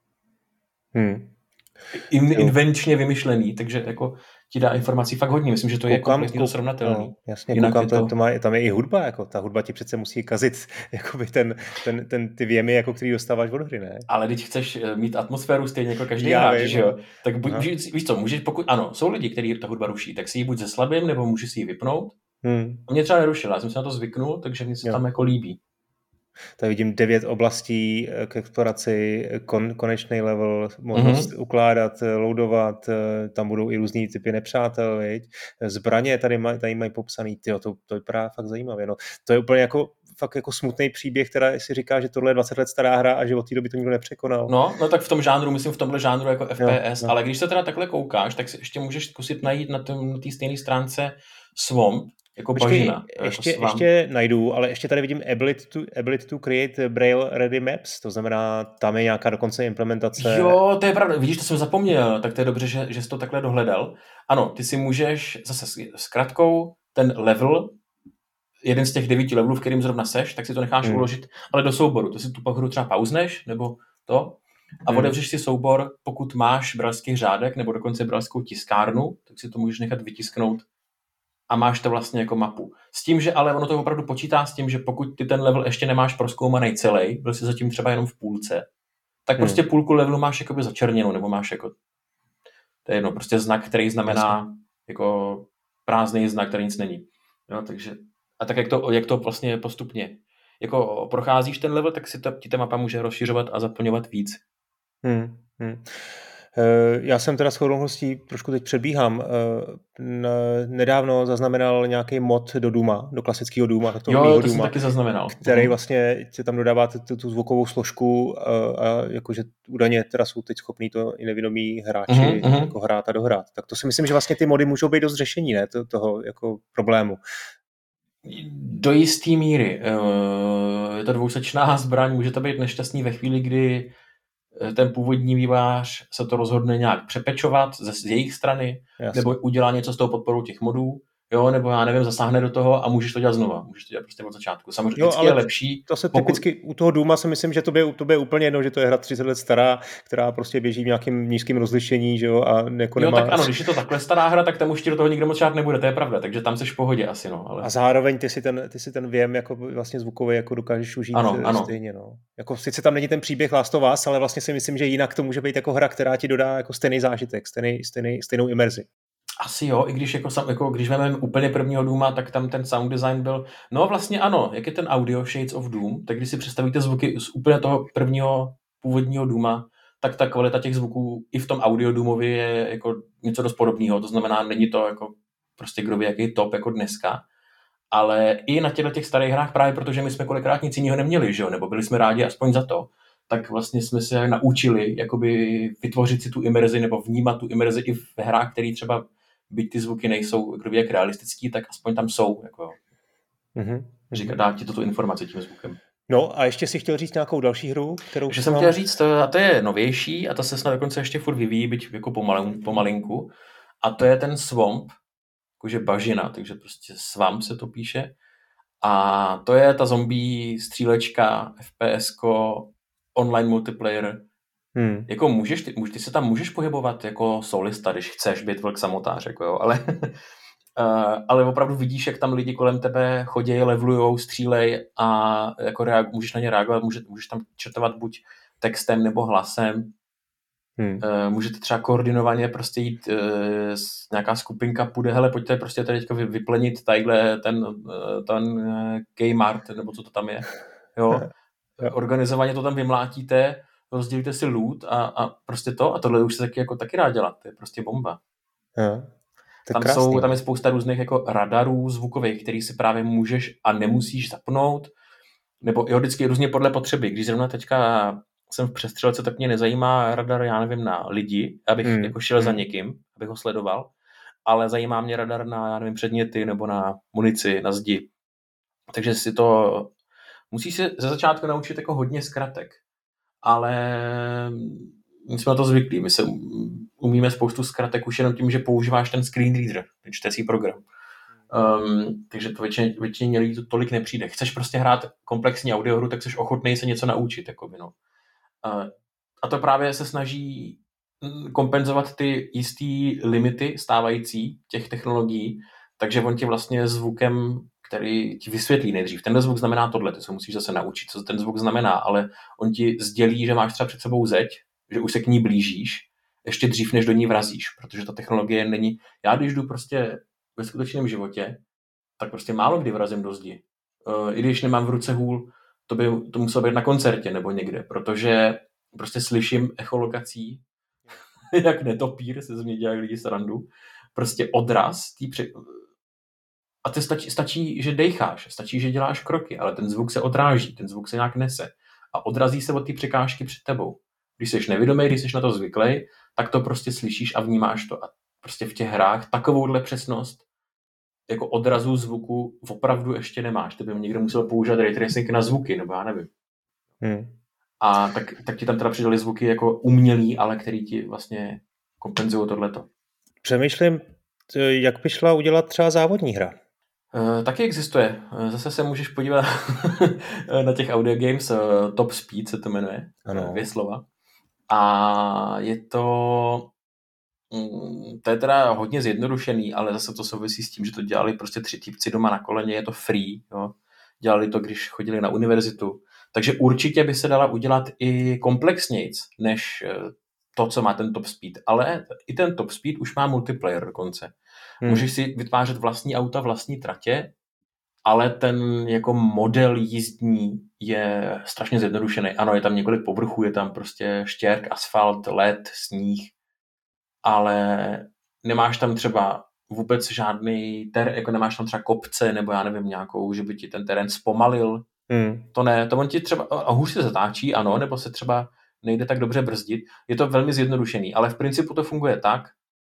B: invenčně vymyšlený, takže jako ti dá informací fakt hodně. Myslím, že to je kompletně srovnatelný.
A: No, jasně, koukám, tam je i hudba, jako ta hudba ti přece musí kazit jakoby ty věmy, jako který dostáváš od hry, ne?
B: Ale když chceš mít atmosféru stejně jako každý hráč, že jo? Tak víš co, můžeš, jsou lidi, kteří ta hudba ruší, tak si ji buď zeslabím, nebo můžeš si ji vypnout. A mě třeba nerušila, já jsem se na to zvyknul, takže mě se tam jako líbí.
A: Tady vidím 9 oblastí k exploraci, konečný level, možnost ukládat, loadovat, tam budou i různý typy nepřátel, viď? Zbraně tady mají popsaný, to vypadá fakt zajímavě. No, to je úplně jako fakt jako smutný příběh, která si říká, že tohle je 20 let stará hra a že od té doby to nikdo nepřekonal.
B: No tak v tom žánru, myslím v tomhle žánru jako FPS,
A: Jo.
B: ale když se teda takhle koukáš, tak si ještě můžeš zkusit najít na té stejné stránce Swamp, jako bažina.
A: Ještě najdu, ale ještě tady vidím ability to create Braille ready maps, to znamená, tam je nějaká dokonce implementace.
B: Jo, to je pravda, vidíš, to jsem zapomněl, tak to je dobře, že jsi to takhle dohledal. Ano, ty si můžeš zase s kratkou ten level, jeden z těch 9 levelů, v kterým zrovna seš, tak si to necháš uložit, ale do souboru. To si tu pak hru třeba pauzneš, nebo to, a otevřeš si soubor, pokud máš brailský řádek, nebo dokonce brailskou tiskárnu, tak si to můžeš nechat vytisknout a máš to vlastně jako mapu. S tím, že ale ono to opravdu počítá s tím, že pokud ty ten level ještě nemáš prozkoumaný celý, byl jsi zatím třeba jenom v půlce, tak prostě půlku levelu máš jakoby začerněnou, nebo máš jako, to je jedno, prostě znak, který znamená jako prázdný znak, který nic není. Jo, takže, a tak jak to vlastně postupně jako procházíš ten level, tak si ti ta mapa může rozšiřovat a zaplňovat víc.
A: Já jsem teda s okolností trošku teď předbíhám. Nedávno zaznamenal nějaký mod do Duma, do klasického Duma, tak
B: to jsem taky zaznamenal.
A: Který vlastně se tam dodává tu zvukovou složku a jakože údajně teda jsou teď schopní to i nevědomí hráči jako hrát a dohrát. Tak to si myslím, že vlastně ty mody můžou být dost řešení, ne? Toho jako problému.
B: Do jistý míry. Je to dvousečná zbraň, může to být nešťastný ve chvíli, kdy ten původní vývojář se to rozhodne nějak přepečovat z jejich strany, nebo udělá něco s tou podporou těch modů, jo, nebo já nevím, zasáhne do toho a můžeš to dělat znova. Můžeš to dělat prostě od začátku. Samozřejmě je lepší.
A: To se typicky u toho Duma si myslím, že to je úplně jedno, že to je hra 30 let stará, která prostě běží v nějakém nízkém rozlišení, že jo, a jako
B: nemá... tak ano, když je to takhle stará hra, tak tam už ti do toho nikdo moc žádný nebude, to je pravda, takže tam seš v pohodě asi, no. Ale...
A: A zároveň ty si ten věm jako vlastně zvukový jako dokážeš užít stejně, no. Jako sice tam není ten příběh Last of Us, ale vlastně si myslím, že jinak to může být jako hra, která ti dodá jako stejný zážitek, stejnou imerzi.
B: Asi jo, i když když vezmeme úplně prvního Dooma, tak tam ten sound design byl, no vlastně ano, jak je ten audio Shades of Doom, tak když si představíte zvuky z úplně toho prvního původního Dooma, tak ta kvalita těch zvuků i v tom audio Doomovi je jako něco dost podobného, to znamená, není to jako prostě kdo ví, jaký top jako dneska, ale i na těch starých hrách právě protože my jsme kolikrát nic jiného neměli, že jo, nebo byli jsme rádi aspoň za to, tak vlastně jsme se naučili jakoby vytvořit si tu imerzi nebo vnímat tu imerzi i v hrách, které třeba byť ty zvuky nejsou jak realistický, tak aspoň tam jsou. Jako, říká, dá ti tu informaci tím zvukem.
A: No a ještě si chtěl říct nějakou další hru, kterou...
B: Že jsem chtěl říct, a to je novější a ta se snad dokonce ještě furt vyvíjí, byť jako pomalinku. A to je ten Swamp, jakože bažina, takže prostě Swamp se to píše. A to je ta zombie střílečka, FPSko, online multiplayer. Jako ty se tam můžeš pohybovat jako soulista, když chceš být vlk samotář, jako jo, ale opravdu vidíš, jak tam lidi kolem tebe chodějí, levlujou, střílej a jako můžeš na ně reagovat, můžeš tam četovat buď textem nebo hlasem. Můžete třeba koordinovaně prostě jít, nějaká skupinka půjde, hele, pojďte prostě tady teďka vyplenit tadyhle ten Kmart, nebo co to tam je, jo. Organizovaně to tam vymlátíte, rozdělíte si loot a prostě to, a tohle už se taky dá dělat, to je prostě bomba. Tam je spousta různých jako radarů zvukových, který si právě můžeš a nemusíš zapnout, nebo jo, vždycky různě podle potřeby. Když zrovna teďka jsem v přestřelce, tak mě nezajímá radar, já nevím, na lidi, abych jako šel za někým, abych ho sledoval, ale zajímá mě radar na, já nevím, předměty nebo na munici, na zdi. Takže si to musíš se ze začátku naučit jako hodně zkratek. Ale my jsme na to zvyklí. My se umíme spoustu zkratek už jenom tím, že používáš ten screen reader, ten čtecí program. Takže to většině lidí to tolik nepřijde. Chceš prostě hrát komplexní audiohru, tak jsi ochotný se něco naučit. Jakoby, no. A to právě se snaží kompenzovat ty jistý limity stávající těch technologií, takže on ti vlastně zvukem, který ti vysvětlí nejdřív. Tenhle zvuk znamená tohle, ty se musíš zase naučit, co ten zvuk znamená, ale on ti sdělí, že máš třeba před sebou zeď, že už se k ní blížíš, ještě dřív, než do ní vrazíš, protože ta technologie není... Já když jdu prostě ve skutečném životě, tak prostě málo kdy vrazím do zdi. I když nemám v ruce hůl, to muselo být na koncertě nebo někde, protože prostě slyším echolokací, jak netopír, se z mě dělají lidi srandu, prostě odraz A to stačí, že dejcháš, stačí, že děláš kroky, ale ten zvuk se odráží, ten zvuk se nějak nese a odrazí se od ty překážky před tebou. Když jsi nevědomý, když jsi na to zvyklý, tak to prostě slyšíš a vnímáš to. A prostě v těch hrách takovouhle přesnost jako odrazu zvuku opravdu ještě nemáš. Ty by někdo musel používat ray tracing na zvuky, nebo já nevím. A tak ti tam teda přidali zvuky jako umělý, ale který ti vlastně kompenzují tohleto.
A: Přemýšlím, jak by šla udělat třeba závodní hra.
B: Taky existuje. Zase se můžeš podívat na těch audio games, Top Speed se to jmenuje,
A: ano.
B: 2 slova. A je to je teda hodně zjednodušený, ale zase to souvisí s tím, že to dělali prostě 3 týpci doma na koleně, je to free, jo. Dělali to, když chodili na univerzitu. Takže určitě by se dala udělat i komplexnějc, než to, co má ten Top Speed. Ale i ten Top Speed už má multiplayer dokonce. Můžeš si vytvářet vlastní auta, vlastní tratě, ale ten jako model jízdní je strašně zjednodušený. Ano, je tam několik povrchů, je tam prostě štěrk, asfalt, led, sníh, ale nemáš tam třeba vůbec žádný jako nemáš tam třeba kopce, nebo já nevím, nějakou, že by ti ten terén zpomalil. To ne, to on ti třeba, a hůř se zatáčí, ano, nebo se třeba nejde tak dobře brzdit. Je to velmi zjednodušený, ale v principu to funguje tak,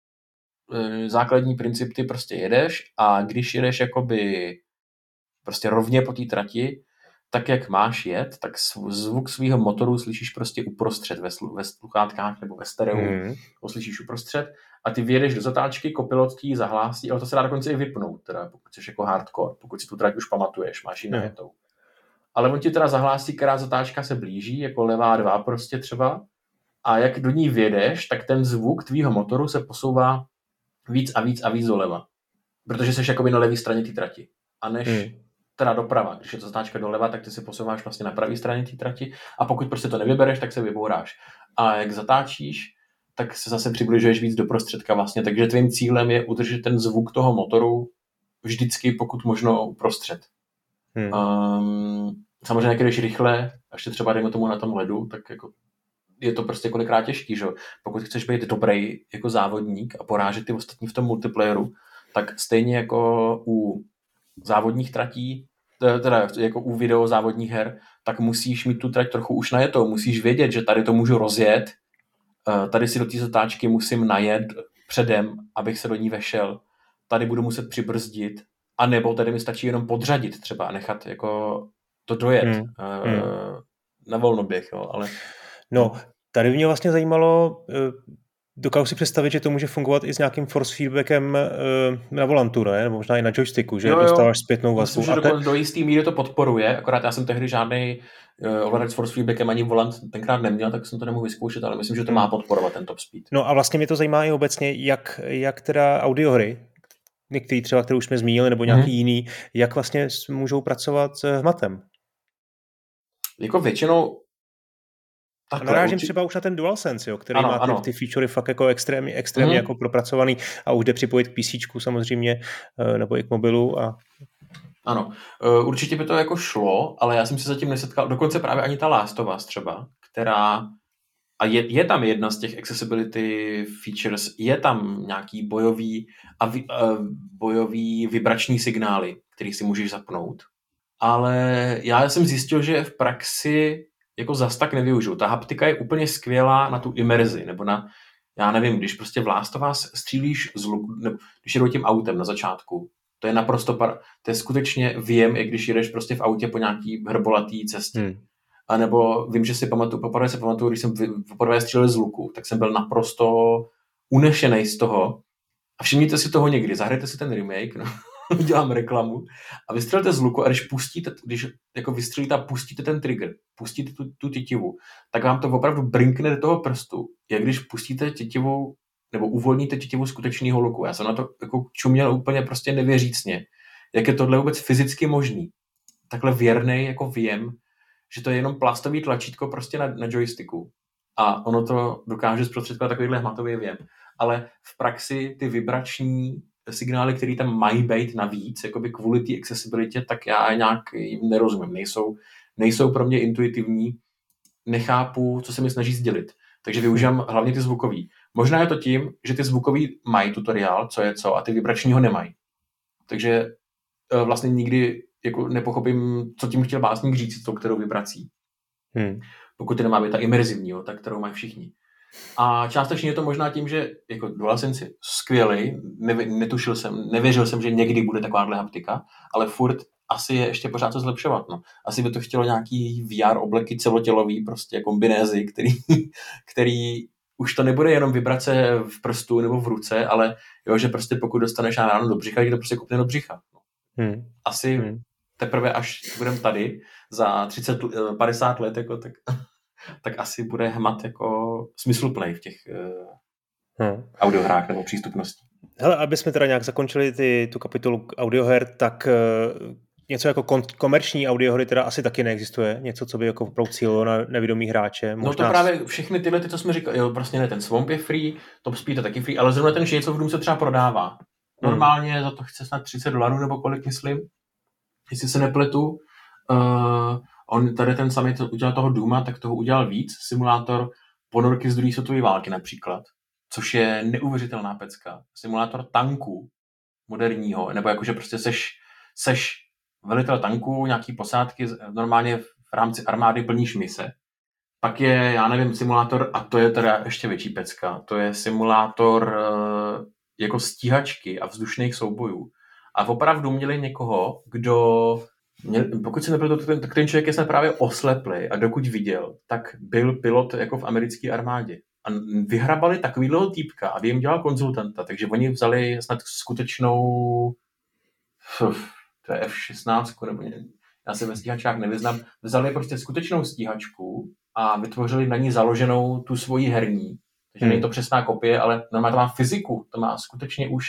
B: základní princip, ty prostě jedeš a když jedeš jakoby prostě rovně po té trati, tak jak máš jet, tak zvuk svého motoru slyšíš prostě uprostřed ve sluchátkách nebo ve stereu, ho slyšíš uprostřed a ty vyjedeš do zatáčky, kopilot ti zahlásí, ale to se dá dokonce i vypnout, teda, pokud jsi jako hardcore, pokud si tu trať už pamatuješ, máš ji najetou. Ale on ti teda zahlásí, která zatáčka se blíží, jako levá 2 prostě třeba a jak do ní vjedeš, tak ten zvuk tvýho motoru se posouvá víc a víc a víc doleva. Protože jsi jakoby na levé straně té trati. A než teda doprava. Když je to zatáčka doleva, tak ty se posouváš vlastně na pravé straně té trati a pokud prostě to nevybereš, tak se vybouráš. A jak zatáčíš, tak se zase přibližuješ víc do prostředka vlastně. Takže tvým cílem je udržet ten zvuk toho motoru vždycky pokud možno uprostřed. Samozřejmě, jak jdeš rychle, až třeba dejme tomu na tom ledu, tak jako je to prostě kolikrát těžký, že? Pokud chceš být dobrý jako závodník a porážet ty ostatní v tom multiplayeru, tak stejně jako u závodních tratí, teda jako u video závodních her, tak musíš mít tu trať trochu už najetou. Musíš vědět, že tady to můžu rozjet, tady si do té zatáčky musím najet předem, abych se do ní vešel, tady budu muset přibrzdit, a nebo tady mi stačí jenom podřadit třeba a nechat jako to dojet na volnoběh, jo, ale...
A: No, tady mě vlastně zajímalo, dokážu si představit, že to může fungovat i s nějakým force feedbackem na volantu, ne? Nebo možná i na joysticku, že dostáváš zpětnou vazbu.
B: Myslím, že do jistý míry to podporuje, akorát já jsem tehdy žádný ovladač s force feedbackem ani volant tenkrát neměl, tak jsem to nemohl vyzkoušet, ale myslím, že to má podporovat ten Top Speed.
A: No a vlastně mě to zajímá i obecně, jak teda audiohry, některý třeba, které už jsme zmínili, nebo nějaký jiný, jak vlastně můžou pracovat s hmatem.
B: Jako většinou
A: narážím třeba už na ten DualSense, jo, který má ty featurey fakt jako extrémně jako propracovaný a už jde připojit k PCčku samozřejmě, nebo i k mobilu.
B: Ano, určitě by to jako šlo, ale já jsem se zatím nesetkal, dokonce právě ani ta Last of Us třeba, která, a je tam jedna z těch accessibility features, je tam nějaký bojový vibrační signály, který si můžeš zapnout, ale já jsem zjistil, že v praxi jako zas tak nevyužiju. Ta haptika je úplně skvělá na tu imerzi, nebo na, já nevím, když prostě v Last of Us střílíš z luku, nebo když jedou tím autem na začátku, to je naprosto, to je skutečně věm, i když jedeš prostě v autě po nějaký hrbolatý cestě. A nebo vím, že si pamatuju, když jsem poprvé střílel z luku, tak jsem byl naprosto unešený z toho. A všimněte si toho někdy, zahrajte si ten remake, no. Dělám reklamu a vystřelíte z luku a když jako vystřelíte a pustíte ten trigger, pustíte tu tětivu, tak vám to opravdu brinkne do toho prstu, jak když pustíte tětivu nebo uvolníte tětivu skutečného luku. Já jsem na to jako čuměl úplně prostě nevěřícně, jak je tohle vůbec fyzicky možný. Takhle věrnej jako věm, že to je jenom plastový tlačítko prostě na joysticku a ono to dokáže zprostředkovat takovýhle hmatový věm. Ale v praxi ty vibrační signály, které tam mají být navíc, jakoby kvůli té accessibilitě, tak já nějak jim nerozumím. Nejsou pro mě intuitivní, nechápu, co se mi snaží sdělit. Takže využívám hlavně ty zvukový. Možná je to tím, že ty zvukový mají tutoriál, co je co, a ty vibrační ho nemají. Takže vlastně nikdy jako nepochopím, co tím chtěl básník říct s tou kterou vibrací. Pokud to nemá být ta imerzivní, jo, tak kterou mají všichni. A částečně je to možná tím, že jako DualSense je skvělý, nevěřil jsem, že někdy bude takováhle haptika, ale furt asi je ještě pořád co zlepšovat. No. Asi by to chtělo nějaký VR obleky celotělový, prostě kombinézy, který už to nebude jenom vibrace v prstu nebo v ruce, ale jo, že prostě pokud dostaneš ráno do břicha, tak to prostě kopne do břicha. Asi teprve až budeme tady za 50 let, jako, tak asi bude hmat jako smysluplnej v těch audiohrách nebo přístupnosti.
A: Hele, aby jsme teda nějak zakončili tu kapitolu audioher, tak něco jako komerční audiohry teda asi taky neexistuje. Něco, co by jako opravdu cílilo na nevědomý hráče.
B: Možná... No to právě všechny tyhle, co jsme říkali, jo, prostě ne, ten Swamp je free, Top Speed je taky free, ale zrovna ten Shades of Doom se třeba prodává. Normálně za to chce snad $30 nebo kolik, myslím, jestli se nepletu. On tady ten samý udělal toho Dooma, tak toho udělal víc. Simulátor ponorky z druhé světové války například, což je neuvěřitelná pecka. Simulátor tanku moderního, nebo jakože prostě seš velitel tanku, nějaký posádky, normálně v rámci armády plníš mise. Pak je, já nevím, simulátor, a to je teda ještě větší pecka, to je simulátor jako stíhačky a vzdušných soubojů. A opravdu měli někoho, kdo... Pokud se nebyl tak ten člověk je snad právě osleplý a dokud viděl, tak byl pilot jako v americké armádě. A vyhrabali takovýhleho týpka a jim dělal konzultanta, takže oni vzali snad skutečnou to je F-16, nebo já se ve stíhačkách nevyznám, vzali prostě skutečnou stíhačku a vytvořili na ní založenou tu svoji herní. Takže není to přesná kopie, ale normálně to má fyziku, to má skutečně už,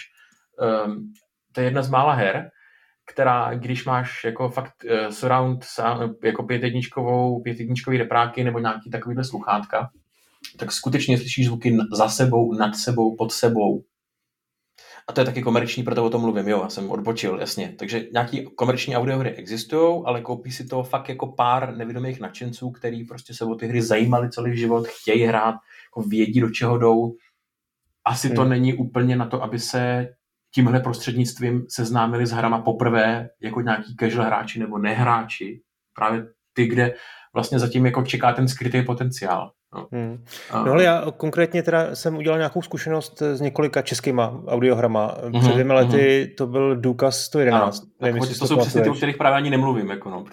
B: to je jedna z mála her, která, když máš jako fakt surround, jako pětjedničkový repráky nebo nějaký takovýhle sluchátka, tak skutečně slyšíš zvuky za sebou, nad sebou, pod sebou. A to je taky komerční, proto o tom mluvím, jo, já jsem odbočil, jasně. Takže nějaký komerční audiohry existují, ale koupí si to fakt jako pár nevědomých nadšenců, který prostě se o ty hry zajímali celý život, chtějí hrát, jako vědí, do čeho jdou. Asi to není úplně na to, aby se tímhle prostřednictvím seznámili s hrama poprvé jako nějaký casual hráči nebo nehráči. Právě ty, kde vlastně zatím jako čeká ten skrytý potenciál.
A: No ale já konkrétně teda jsem udělal nějakou zkušenost s několika českýma audiohrama. Před 2 lety to byl Důkaz 111.
B: Nevím, to jsou přesně ty, o kterých právě ani nemluvím. Jako no.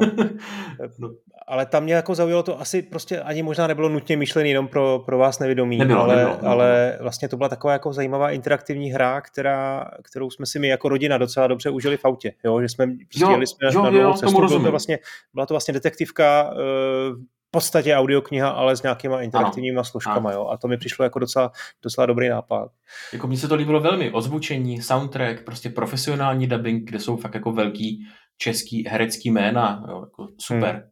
A: Ale tam mě jako zaujalo to asi prostě ani možná nebylo nutně myšlený jenom pro vás nevědomí, ale vlastně to byla taková jako zajímavá interaktivní hra, kterou jsme si my jako rodina docela dobře užili v autě. Jo? Že jsme jeli na dlouhou cestu. Byla to vlastně detektivka, v podstatě audiokniha, ale s nějakýma interaktivníma složkama, jo. A to mi přišlo jako docela dobrý nápad.
B: Jako mně se to líbilo velmi. Ozvučení, soundtrack, prostě profesionální dubbing, kde jsou fakt jako velký český herecký jména, jo, jako super.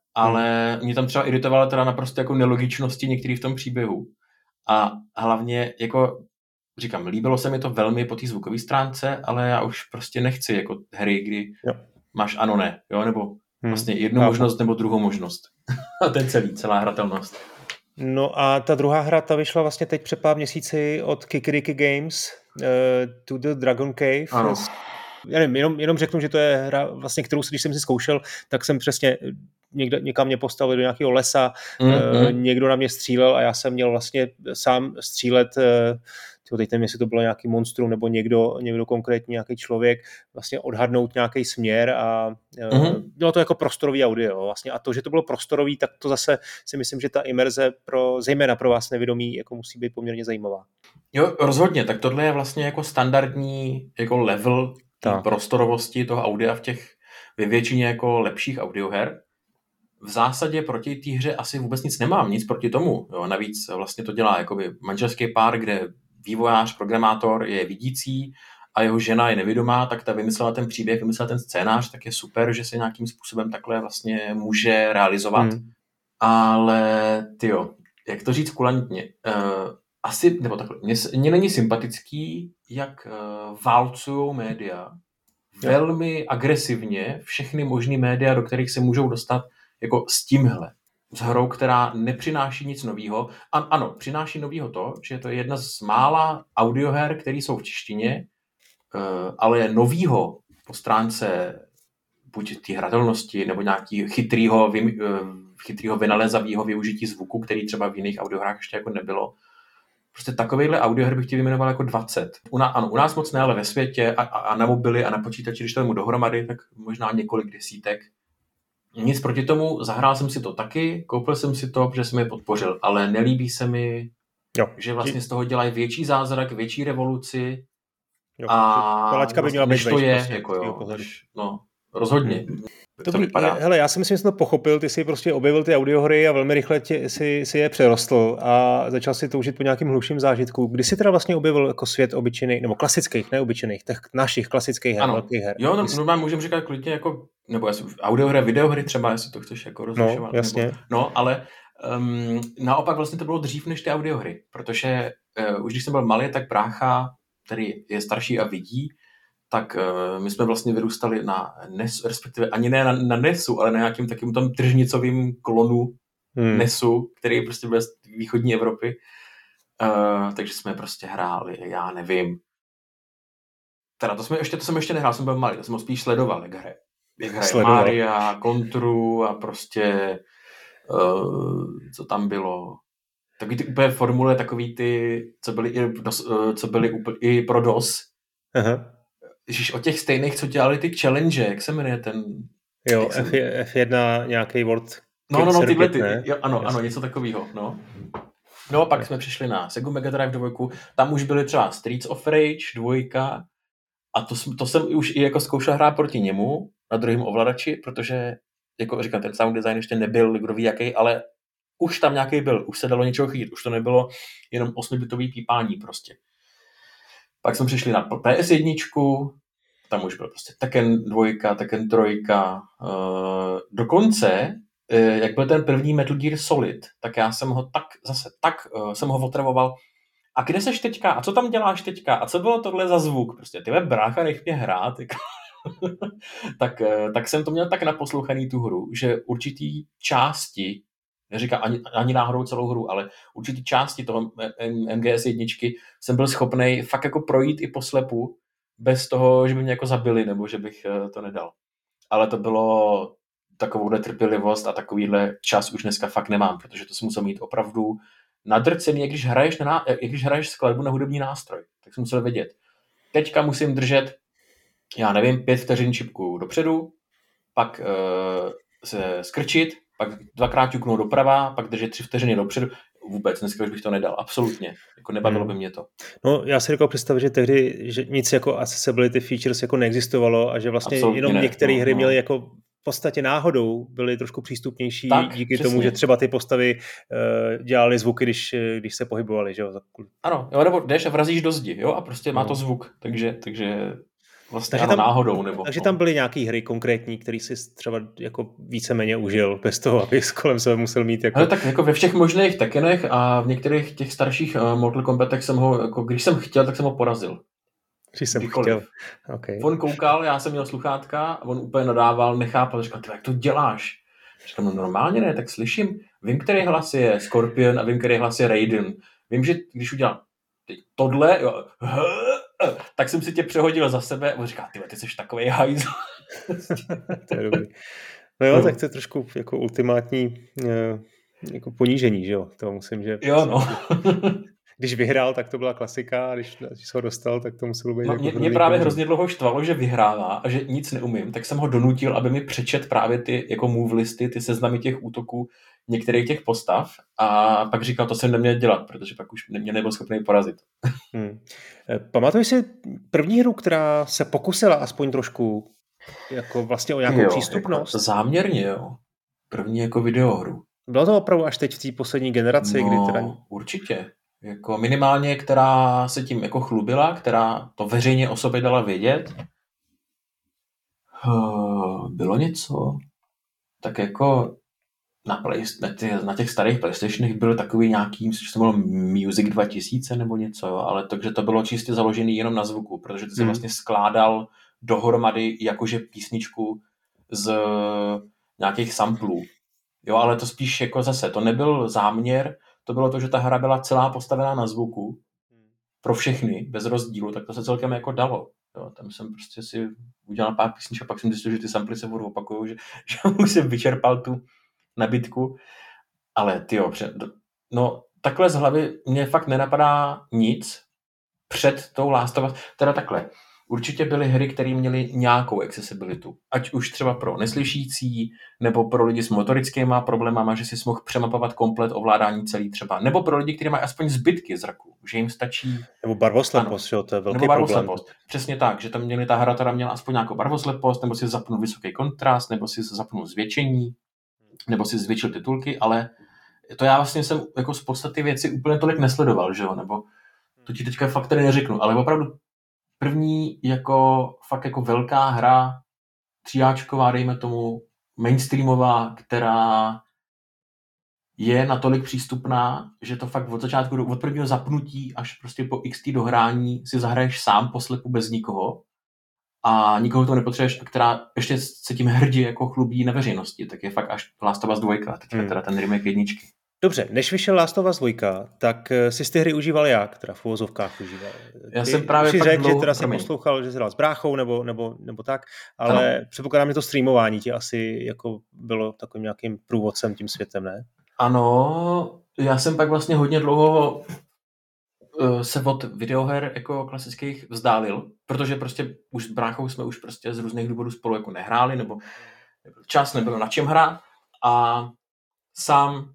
B: Ale mě tam třeba iritovala teda naprosto jako nelogičnosti některý v tom příběhu. A hlavně jako říkám, líbilo se mi to velmi po té zvukové stránce, ale já už prostě nechci jako hry, kdy máš ano, ne, jo, nebo vlastně jednu možnost nebo druhou možnost. A to je celá hratelnost.
A: No a ta druhá hra, ta vyšla vlastně teď před pár měsíci od Kikiriki Games, To the Dragon Cave.
B: Ano.
A: Já nevím, jenom řeknu, že to je hra, vlastně, kterou když jsem si zkoušel, tak jsem přesně někam mě postavil do nějakého lesa, někdo na mě střílel a já jsem měl vlastně sám střílet, teď nevím, jestli to bylo nějaký monstrum nebo někdo konkrétní, nějaký člověk, vlastně odhadnout nějaký směr a bylo to jako prostorový audio. Vlastně. A to, že to bylo prostorový, tak to zase si myslím, že ta imerze zejména pro vás nevědomí jako musí být poměrně zajímavá.
B: Jo, rozhodně, tak tohle je vlastně jako standardní jako level prostorovosti toho audia ve většině jako lepších audioher. V zásadě proti té hře asi vůbec nic nemám, nic proti tomu. Jo. Navíc vlastně to dělá jakoby manželský pár, kde vývojář, programátor je vidící a jeho žena je nevědomá, tak ta vymyslela ten příběh, vymyslela ten scénář, tak je super, že se nějakým způsobem takhle vlastně může realizovat. Ale tyjo, jak to říct kulantně, asi, nebo takhle, mně není sympatický, jak válcujou média velmi agresivně všechny možný média, do kterých se můžou dostat jako s tímhle. S hrou, která nepřináší nic novýho. Ano, přináší novýho to, že to je jedna z mála audioher, které jsou v češtině, ale novýho po stránce buď té hratelnosti, nebo nějaký chytrýho vynalézavého využití zvuku, který třeba v jiných audiohrách ještě jako nebylo. Prostě takovejhle audioher bych ti vyjmenoval jako 20. Ano, u nás moc ne, ale ve světě a na mobily a na počítači, když to mu dohromady, tak možná několik desítek. Nic proti tomu, zahrál jsem si to taky, koupil jsem si to, protože jsem je podpořil, ale nelíbí se mi, že vlastně z toho dělají větší zázrak, větší revoluci.
A: A
B: laťka by měla být to je, prostě, jako jo, no, rozhodně.
A: Dobrý, hele, já si myslím, že jsem to pochopil, ty si prostě objevil ty audiohry a velmi rychle si je přerostl a začal si toužit po nějakým hlubším zážitku. Kdy jsi teda vlastně objevil jako svět obyčejných, nebo klasických, neobyčejných, těch našich klasických her, velkých her?
B: Jo, normálně můžeme říkat klidně jako, nebo audiohry, videohry třeba, jestli to chceš jako rozlišovat.
A: No, jasně.
B: Ale naopak vlastně to bylo dřív než ty audiohry, protože už když jsem byl malý, tak brácha, který je starší a vidí, tak my jsme vlastně vyrůstali na NES, respektive ani ne na NESu, ale na nějakým takým tom tržnicovým klonu NESu, který prostě byl z východní Evropy. Takže jsme prostě hráli, já nevím. Teda to jsem ještě nehrál, jsem byl malý, to jsem ho spíš sledoval, jak hraje Maria, Kontru a prostě co tam bylo. Takový ty úplně formule, takový ty, co byly i pro DOS.
A: Aha.
B: Ježiš, o těch stejných, co dělali ty challenge, jak se jmenuje ten...
A: Jo, F1 nějaký World
B: No, tyhle ty, jo, ano, něco takového, no. No, pak jsme přišli na Sega Mega Drive 2, tam už byly třeba Streets of Rage 2 a to jsem už i jako zkoušel hrát proti němu na druhém ovladači, protože, jako říkám, ten sound design ještě nebyl kdo ví jaký, ale už tam nějaký byl, už se dalo něčeho chytit, už to nebylo jenom 8-bitový pípání prostě. Pak jsme přišli na PS1, tam už byl prostě Tekken 2, Tekken 3. Dokonce, jak byl ten první Metal Gear Solid, tak já jsem ho jsem ho otravoval. A kde seš teďka? A co tam děláš teďka? A co bylo tohle za zvuk? Prostě tyhle brácha, nech mě hrát. tak jsem to měl tak naposlouchaný tu hru, že určitý části, neříkám ani náhodou celou hru, ale určitý části toho MGS 1 jsem byl schopnej fakt jako projít i po slepu, bez toho, že by mě jako zabili, nebo že bych to nedal. Ale to bylo takovouhle trpělivost a takovýhle čas už dneska fakt nemám, protože to si musel mít opravdu nadrcený, jak když hraješ skladbu na hudební nástroj, tak jsem musel vědět. Teďka musím držet, já nevím, 5 vteřin čipku dopředu, pak se skrčit, pak 2krát ťuknout doprava, pak držet 3 vteřiny dopředu. Vůbec, dneska už bych to nedal, absolutně. Jako nebavilo by mě to.
A: No, já si říkal představit, že tehdy že nic jako accessibility features jako neexistovalo a že vlastně absolutně jenom některé hry měly jako v podstatě náhodou byly trošku přístupnější díky
B: přesně.
A: tomu, že třeba ty postavy dělaly zvuky, když se pohybovaly, že jo?
B: Ano, jo, nebo jdeš a vrazíš do zdi, jo, a prostě má to zvuk, takže vlastně
A: takže
B: náhodou. Nebo,
A: takže tam byly nějaký hry konkrétní, který si třeba jako víceméně užil, bez toho, aby kolem sebe musel mít jako...
B: Ale tak jako ve všech možných Tekkenech a v některých těch starších Mortal Kombatech jsem ho, jako když jsem chtěl, tak jsem ho porazil.
A: Když jsem chtěl. Okay.
B: On koukal, já jsem měl sluchátka a on úplně nadával, nechápal, říkal, ty, jak to děláš? Říkal, no normálně ne, tak slyším, vím, který hlas je Scorpion a vím, který hlas je Raiden. Vím, že když udělám tohle, jo, tak jsem si tě přehodil za sebe a on říká, ty jsi takovej hajzl.
A: To je dobrý. No jo, tak to je trošku jako ultimátní jako ponížení, že jo? To musím, že...
B: Jo, no.
A: Když vyhrál, tak to byla klasika, a když se ho dostal, tak to muselo být...
B: No,
A: jako
B: mě právě hrozně dlouho štvalo, že vyhrává a že nic neumím, tak jsem ho donutil, aby mi přečet právě ty jako move listy, ty seznamy těch útoků některých těch postav a pak říkal, to jsem neměl dělat, protože pak už mě nebyl schopný porazit.
A: Pamatuješ si první hru, která se pokusila aspoň trošku jako vlastně o nějakou přístupnost?
B: Jako záměrně, jo. První jako videohru.
A: Bylo to opravdu až teď v té poslední generaci?
B: No,
A: kdy teda...
B: určitě. Jako minimálně, která se tím jako chlubila, která to veřejně o sobě dala vědět. Bylo něco? Tak jako na těch starých PlayStationech byl takový nějaký, že se jmenovalo Music 2000 nebo něco, ale takže to bylo čistě založené jenom na zvuku, protože ty si vlastně skládal dohromady jakože písničku z nějakých samplů. Jo, ale to spíš jako zase, to nebyl záměr, to bylo to, že ta hra byla celá postavená na zvuku pro všechny, bez rozdílu, tak to se celkem jako dalo. Jo, tam jsem prostě si udělal pár písniček a pak jsem zjistil, že ty samply se furt opakujou, že už jsem vyčerpal tu nabídku. Ale tyjo, no takhle z hlavy mě fakt nenapadá nic před tou Last of Us. Teda takhle. Určitě byly hry, které měly nějakou accessibilitu. Ať už třeba pro neslyšící, nebo pro lidi s motorickýma problémama, že si mohl přemapovat komplet ovládání celý třeba. Nebo pro lidi, kteří mají aspoň zbytky zraku, že jim stačí...
A: Nebo barvoslepost, jo, to je velký
B: nebo barvoslepost. Problém. Přesně tak, že tam měli ta hra teda měla aspoň nějakou barvoslepost, nebo si zapnul vysoký kontrast, nebo si zapnul zvětšení, nebo si zvětšil titulky, ale to já vlastně jsem jako z podstaty věci úplně tolik nesledoval, že jo, nebo to ti teďka fakt tady neřeknu, ale opravdu první jako fakt jako velká hra, tříáčková, dejme tomu, mainstreamová, která je natolik přístupná, že to fakt od začátku, od prvního zapnutí až prostě po XT dohrání si zahraješ sám poslepu bez nikoho a nikoho to nepotřebuješ, a která ještě se tím hrdě jako chlubí na veřejnosti, tak je fakt až Last of Us 2, teďka teda ten remake jedničky.
A: Dobře, než vyšel Last of Us 2, tak jsi ty hry užíval jak, teda v uvozovkách užíval?
B: Já jsem právě
A: fakt řekl, že teda jsem poslouchal, že jsi dal s bráchou nebo tak, ale ano. Předpokládám, že to streamování ti asi jako bylo takovým nějakým průvodcem tím světem, ne?
B: Ano, já jsem pak vlastně hodně dlouho se od videoher jako klasických vzdálil, protože prostě už s bráchou jsme už prostě z různých důvodů spolu jako nehráli, nebo čas nebylo na čem hrát a sám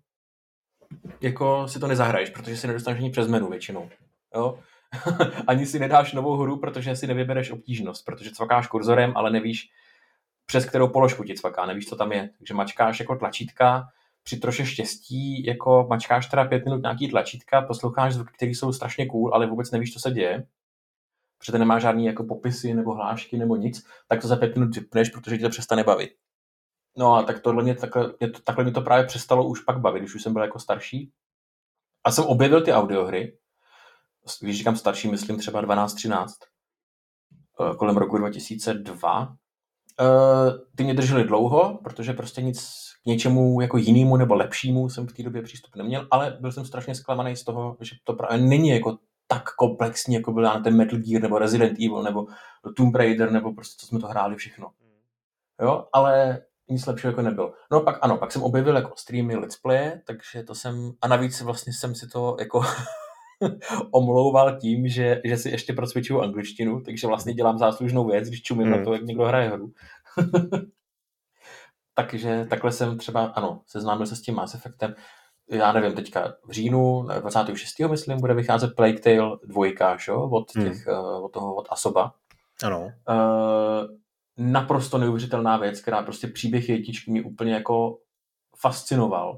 B: jako si to nezahraješ, protože si nedostaneš ani přes menu většinou. Jo? Ani si nedáš novou hru, protože si nevybereš obtížnost, protože cvakáš kurzorem, ale nevíš, přes kterou položku ti cvaká, nevíš, co tam je. Takže mačkáš jako tlačítka, při troše štěstí, jako mačkáš teda 5 minut nějaký tlačítka, posloucháš zvuky, které jsou strašně cool, ale vůbec nevíš, co se děje, protože nemá žádný jako popisy nebo hlášky nebo nic, tak to za 5 minut vypneš, protože ti to přestane bavit. No a tak takhle mě to právě přestalo už pak bavit, když už jsem byl jako starší. A jsem objevil ty audiohry, když říkám starší, myslím třeba 12-13, kolem roku 2002. Ty mě držely dlouho, protože prostě nic k něčemu jako jinému nebo lepšímu jsem v té době přístup neměl, ale byl jsem strašně zklamaný z toho, že to právě není jako tak komplexní, jako byl na ten Metal Gear nebo Resident Evil nebo Tomb Raider nebo prostě co jsme to hráli všechno. Jo, ale nic lepšího jako nebylo. No pak ano, pak jsem objevil jako streamy, let's play, takže to jsem, a navíc vlastně jsem si to jako omlouval tím, že si ještě procvičuju angličtinu, takže vlastně dělám záslužnou věc, když čumím na to, jak někdo hraje hru. Takže takhle jsem třeba, ano, seznámil se s tím Mass Effectem. Já nevím, teďka v říjnu, 26. myslím, bude vycházet Plague Tale 2, šo? Od Asoba.
A: Ano.
B: Naprosto neuvěřitelná věc, která prostě příběh jedničky mě úplně jako fascinoval.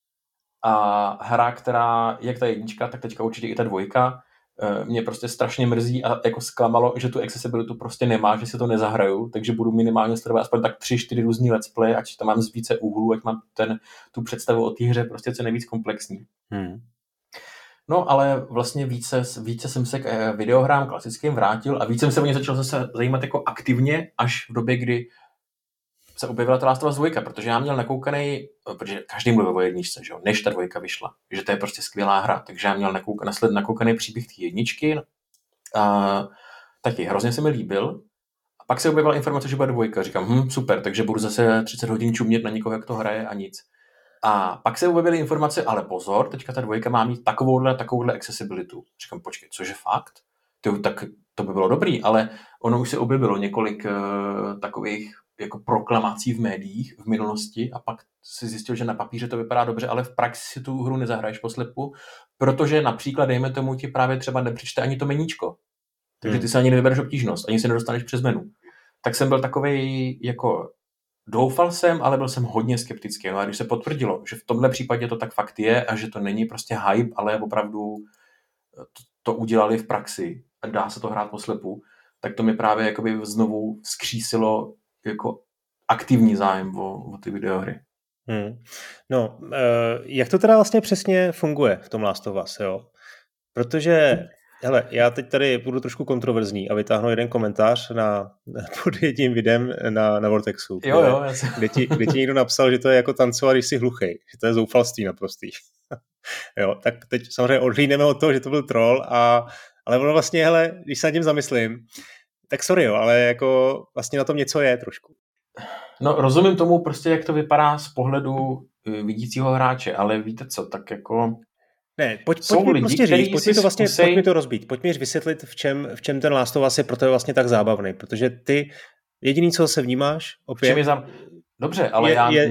B: A hra, která, jak ta jednička, tak teďka určitě i ta 2, mě prostě strašně mrzí a jako zklamalo, že tu accessibilitu prostě nemá, že si to nezahraju, takže budu minimálně sledovat aspoň tak 3-4 různý let's play, ať tam mám z více úhlů, ať mám tu představu o té hře prostě co nejvíc komplexní. No, ale vlastně více jsem se k videohrám klasickým vrátil a více jsem se o ně začal zase zajímat jako aktivně až v době, kdy se objevila ta Last of Us 2, protože já měl nakoukaný, protože každý mluvil o jedničce, že jo, než ta 2 vyšla, že to je prostě skvělá hra, takže já měl nakoukaný příběh té jedničky, taky hrozně se mi líbil. A pak se objevila informace, že bude 2, říkám, super, takže budu zase 30 hodin čumět na někoho, jak to hraje a nic. A pak se objevily informace, ale pozor, teďka ta 2 má mít takovouhle accessibilitu. Říkám, počkej, cože fakt? Tak to by bylo dobrý, ale ono už se objevilo několik takových jako proklamací v médiích v minulosti a pak si zjistil, že na papíře to vypadá dobře, ale v praxi si tu hru nezahraješ poslepu, protože například, dejme tomu, ti právě třeba nepřečte ani to meníčko. Takže ty si ani nevybereš obtížnost, ani se nedostaneš přes menu. Tak jsem byl takovej, jako doufal jsem, ale byl jsem hodně skeptický. No a když se potvrdilo, že v tomhle případě to tak fakt je a že to není prostě hype, ale opravdu to udělali v praxi a dá se to hrát poslepu, tak to mi právě jakoby znovu vzkřísilo jako aktivní zájem o ty videohry.
A: No, jak to teda vlastně přesně funguje v tom Last of Us, jo? Protože, hele, já teď tady budu trošku kontroverzní a vytáhnu jeden komentář pod jedním videem na Vortexu, kde ti někdo napsal, že to je jako tancovat, když jsi hluchej, že to je zoufalství naprostý. Jo, tak teď samozřejmě odhlídneme od toho, že to byl troll, ale ono vlastně, hele, když se nad tím zamyslím, tak sorry, jo, ale jako vlastně na tom něco je trošku.
B: No, rozumím tomu prostě, jak to vypadá z pohledu vidícího hráče, ale víte co, tak jako...
A: Ne, pojď mi
B: lidi,
A: prostě říct, pojď mi to rozbít, pojď mi vysvětlit, v čem ten Last of Us je pro tebe vlastně tak zábavný, protože ty jediný, co se vnímáš, opět,
B: dobře, ale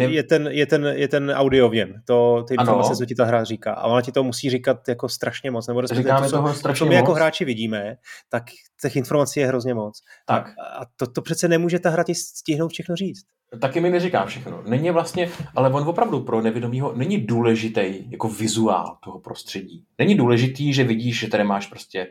A: je ten audio v něm, ty informace, co ti ta hra říká, a ona ti to musí říkat jako strašně moc, nebo co my jako hráči vidíme, tak těch informací je hrozně moc.
B: Tak.
A: A to přece nemůže ta hra ti stihnout všechno říct.
B: Taky mi neříká všechno. Není vlastně, ale on opravdu pro nevědomýho není důležitý jako vizuál toho prostředí. Není důležitý, že vidíš, že tady máš prostě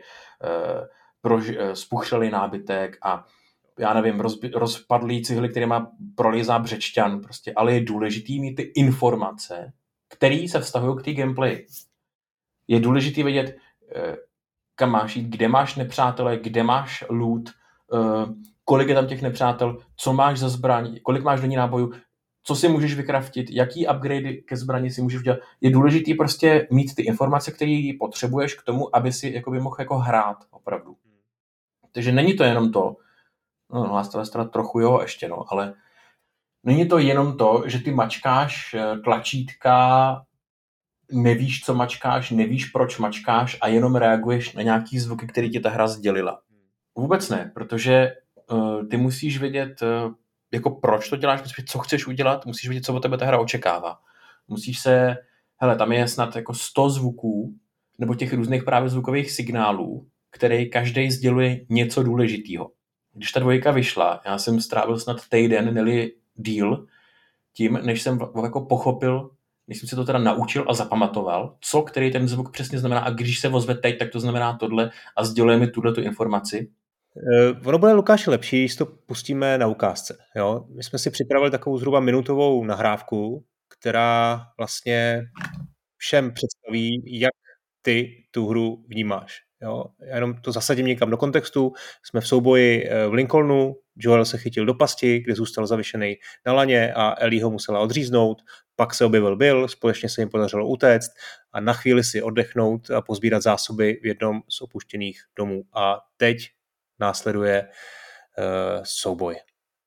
B: spuchřelý nábytek a já nevím, rozpadlý cihly, který má prolízá břečťan, prostě, ale je důležitý mít ty informace, které se vztahují k té gameplay. Je důležitý vědět, kam máš jít, kde máš nepřátele, kde máš loot, kolik je tam těch nepřátel, co máš za zbraň, kolik máš do ní nábojů, co si můžeš vykraftit, jaký upgradey ke zbrani si můžeš udělat. Je důležitý prostě mít ty informace, které potřebuješ k tomu, aby si jakoby mohl jako hrát opravdu. Takže není to jenom to, Last of Us trochu jo ještě, ale není to jenom to, že ty mačkáš tlačítka, nevíš, co mačkáš, nevíš, proč mačkáš a jenom reaguješ na nějaký zvuky, který ti ta hra sdělila. Vůbec ne, protože ty musíš vědět, jako proč to děláš, co chceš udělat, musíš vědět, co od tebe ta hra očekává. Musíš se, tam je snad jako 100 zvuků, nebo těch různých právě zvukových signálů, který každý sděluje něco důležitého. Když ta 2 vyšla, já jsem strávil snad týden, neli díl, tím, než jsem jako pochopil, než jsem si to teda naučil a zapamatoval, co který ten zvuk přesně znamená a když se ozve teď, tak to znamená tohle a sděluje mi tuhletu informaci.
A: Ono bude, Lukáši, lepší, když to pustíme na ukázce. Jo? My jsme si připravili takovou zhruba minutovou nahrávku, která vlastně všem představí, jak ty tu hru vnímáš. Jo? Já jenom to zasadím někam do kontextu. Jsme v souboji v Lincolnu, Joel se chytil do pasti, kde zůstal zavěšený na laně a Ellie ho musela odříznout, pak se objevil Bill, společně se jim podařilo utéct a na chvíli si oddechnout a pozbírat zásoby v jednom z opuštěných domů. A teď následuje souboj.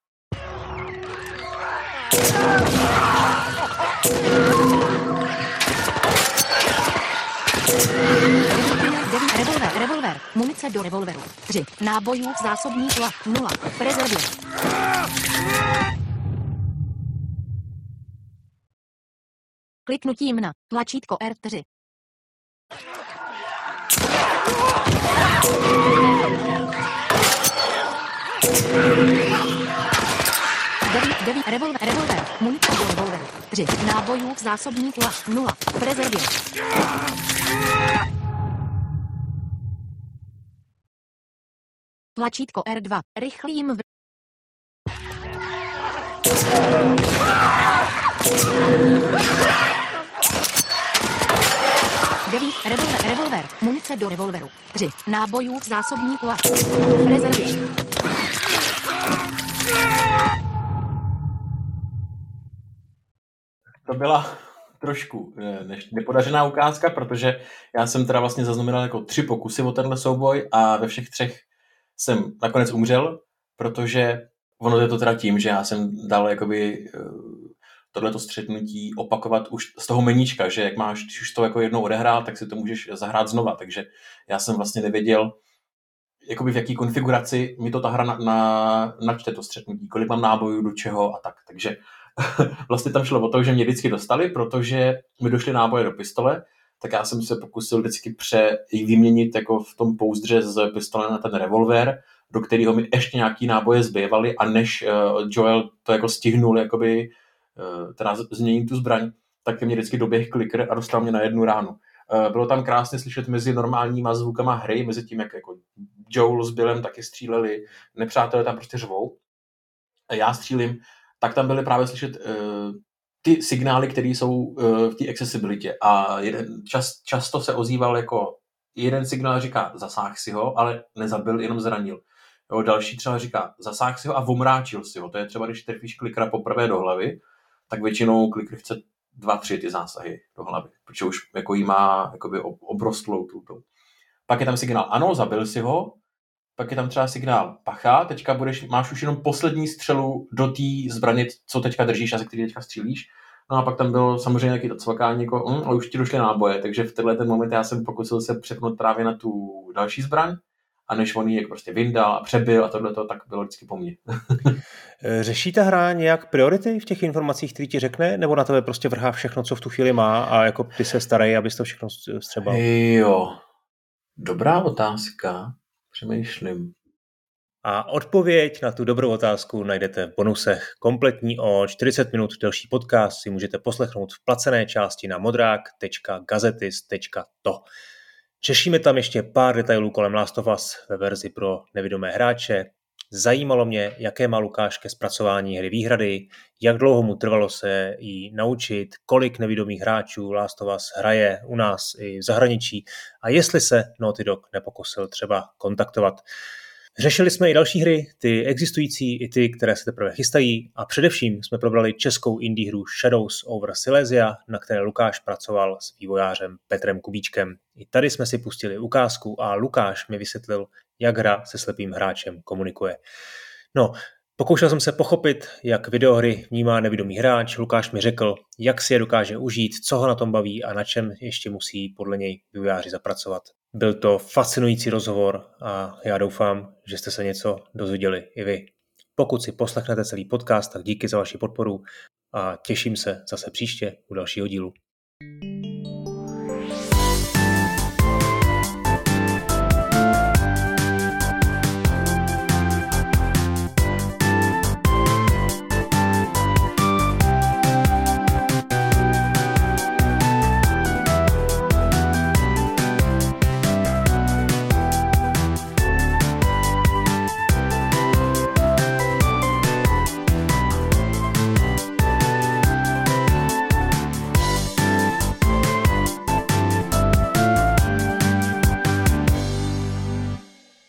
C: Revolver. Munice do revolveru. 3. Nábojů v zásobníku 0. V rezervě. Kliknutím na tlačítko R3. Revolver. Munice do revolveru. 3. Nábojů v zásobníku 0. V rezervě. Tlačítko R2. Rychlým Revolver. Munice do revolveru. 3. Nábojů v zásobníku v rezervě.
B: To byla trošku nepodařená ukázka, protože já jsem teda vlastně zaznamenal jako 3 pokusy o tenhle souboj a ve všech 3 jsem nakonec umřel, protože ono je to teda tím, že já jsem dal jakoby tohleto střetnutí opakovat už z toho meníčka, že jak máš, když už to jako jednou odehrál, tak si to můžeš zahrát znova, takže já jsem vlastně nevěděl, jakoby v jaký konfiguraci mi to ta hra načte to střetnutí, kolik mám nábojů, do čeho a tak, takže vlastně tam šlo o to, že mě vždycky dostali, protože mi došly náboje do pistole, tak já jsem se pokusil vždycky vyměnit jako v tom pouzdře z pistole na ten revolver, do kterého mi ještě nějaký náboje zbývaly a než Joel to jako stihnul jakoby teda změnit tu zbraň, tak mě vždycky doběh kliker a dostal mě na 1 ránu. Bylo tam krásně slyšet mezi normálníma zvukama hry, mezi tím, jak jako Joel s Billem taky stříleli, nepřátelé tam prostě řvou a já střílím, tak tam byly právě slyšet ty signály, které jsou v té accessibilitě a často se ozýval jako jeden signál říká zasáh si ho, ale nezabil, jenom zranil. Jo, další třeba říká zasáh si ho a omráčil si ho. To je třeba, když trefíš klikera poprvé do hlavy, tak většinou kliker chce 2-3 ty zásahy do hlavy, protože už jako jí má jakoby obrostlou tuto. Pak je tam signál ano, zabil si ho, pak je tam třeba signál pacha, teďka máš už jenom poslední střelu do té zbraně, co teďka držíš a ze který teďka střílíš. No a pak tam bylo samozřejmě nějaký to cvakání, jako, ale už ti došly náboje, takže v tenhle ten moment já jsem pokusil se přepnout právě na tu další zbraň, a než on ji jako prostě vyndal a přebil a tohleto, tak bylo vždycky po mně.
A: Řeší ta hra nějak priority v těch informacích, který ti řekne, nebo na tebe prostě vrhá všechno, co v tu chvíli má a jako ty se starají, abys to všechno střebal?
B: Jo, dobrá otázka, přemýšlím.
A: A odpověď na tu dobrou otázku najdete v bonusech. Kompletní o 40 minut delší podcast si můžete poslechnout v placené části na modrák.gazetis.to. Řešíme tam ještě pár detailů kolem Last of Us ve verzi pro nevidomé hráče. Zajímalo mě, jaké má Lukáš ke zpracování hry výhrady, jak dlouho mu trvalo se ji naučit, kolik nevidomých hráčů Last of Us hraje u nás i v zahraničí a jestli se Naughty Dog nepokusil třeba kontaktovat. Řešili jsme i další hry, ty existující i ty, které se teprve chystají a především jsme probrali českou indie hru Shadows over Silesia, na které Lukáš pracoval s vývojářem Petrem Kubíčkem. I tady jsme si pustili ukázku a Lukáš mi vysvětlil, jak hra se slepým hráčem komunikuje. No, pokoušel jsem se pochopit, jak videohry vnímá nevidomý hráč. Lukáš mi řekl, jak si je dokáže užít, co ho na tom baví a na čem ještě musí podle něj vývojáři zapracovat. Byl to fascinující rozhovor a já doufám, že jste se něco dozvěděli i vy. Pokud si poslechnete celý podcast, tak díky za vaši podporu a těším se zase příště u dalšího dílu.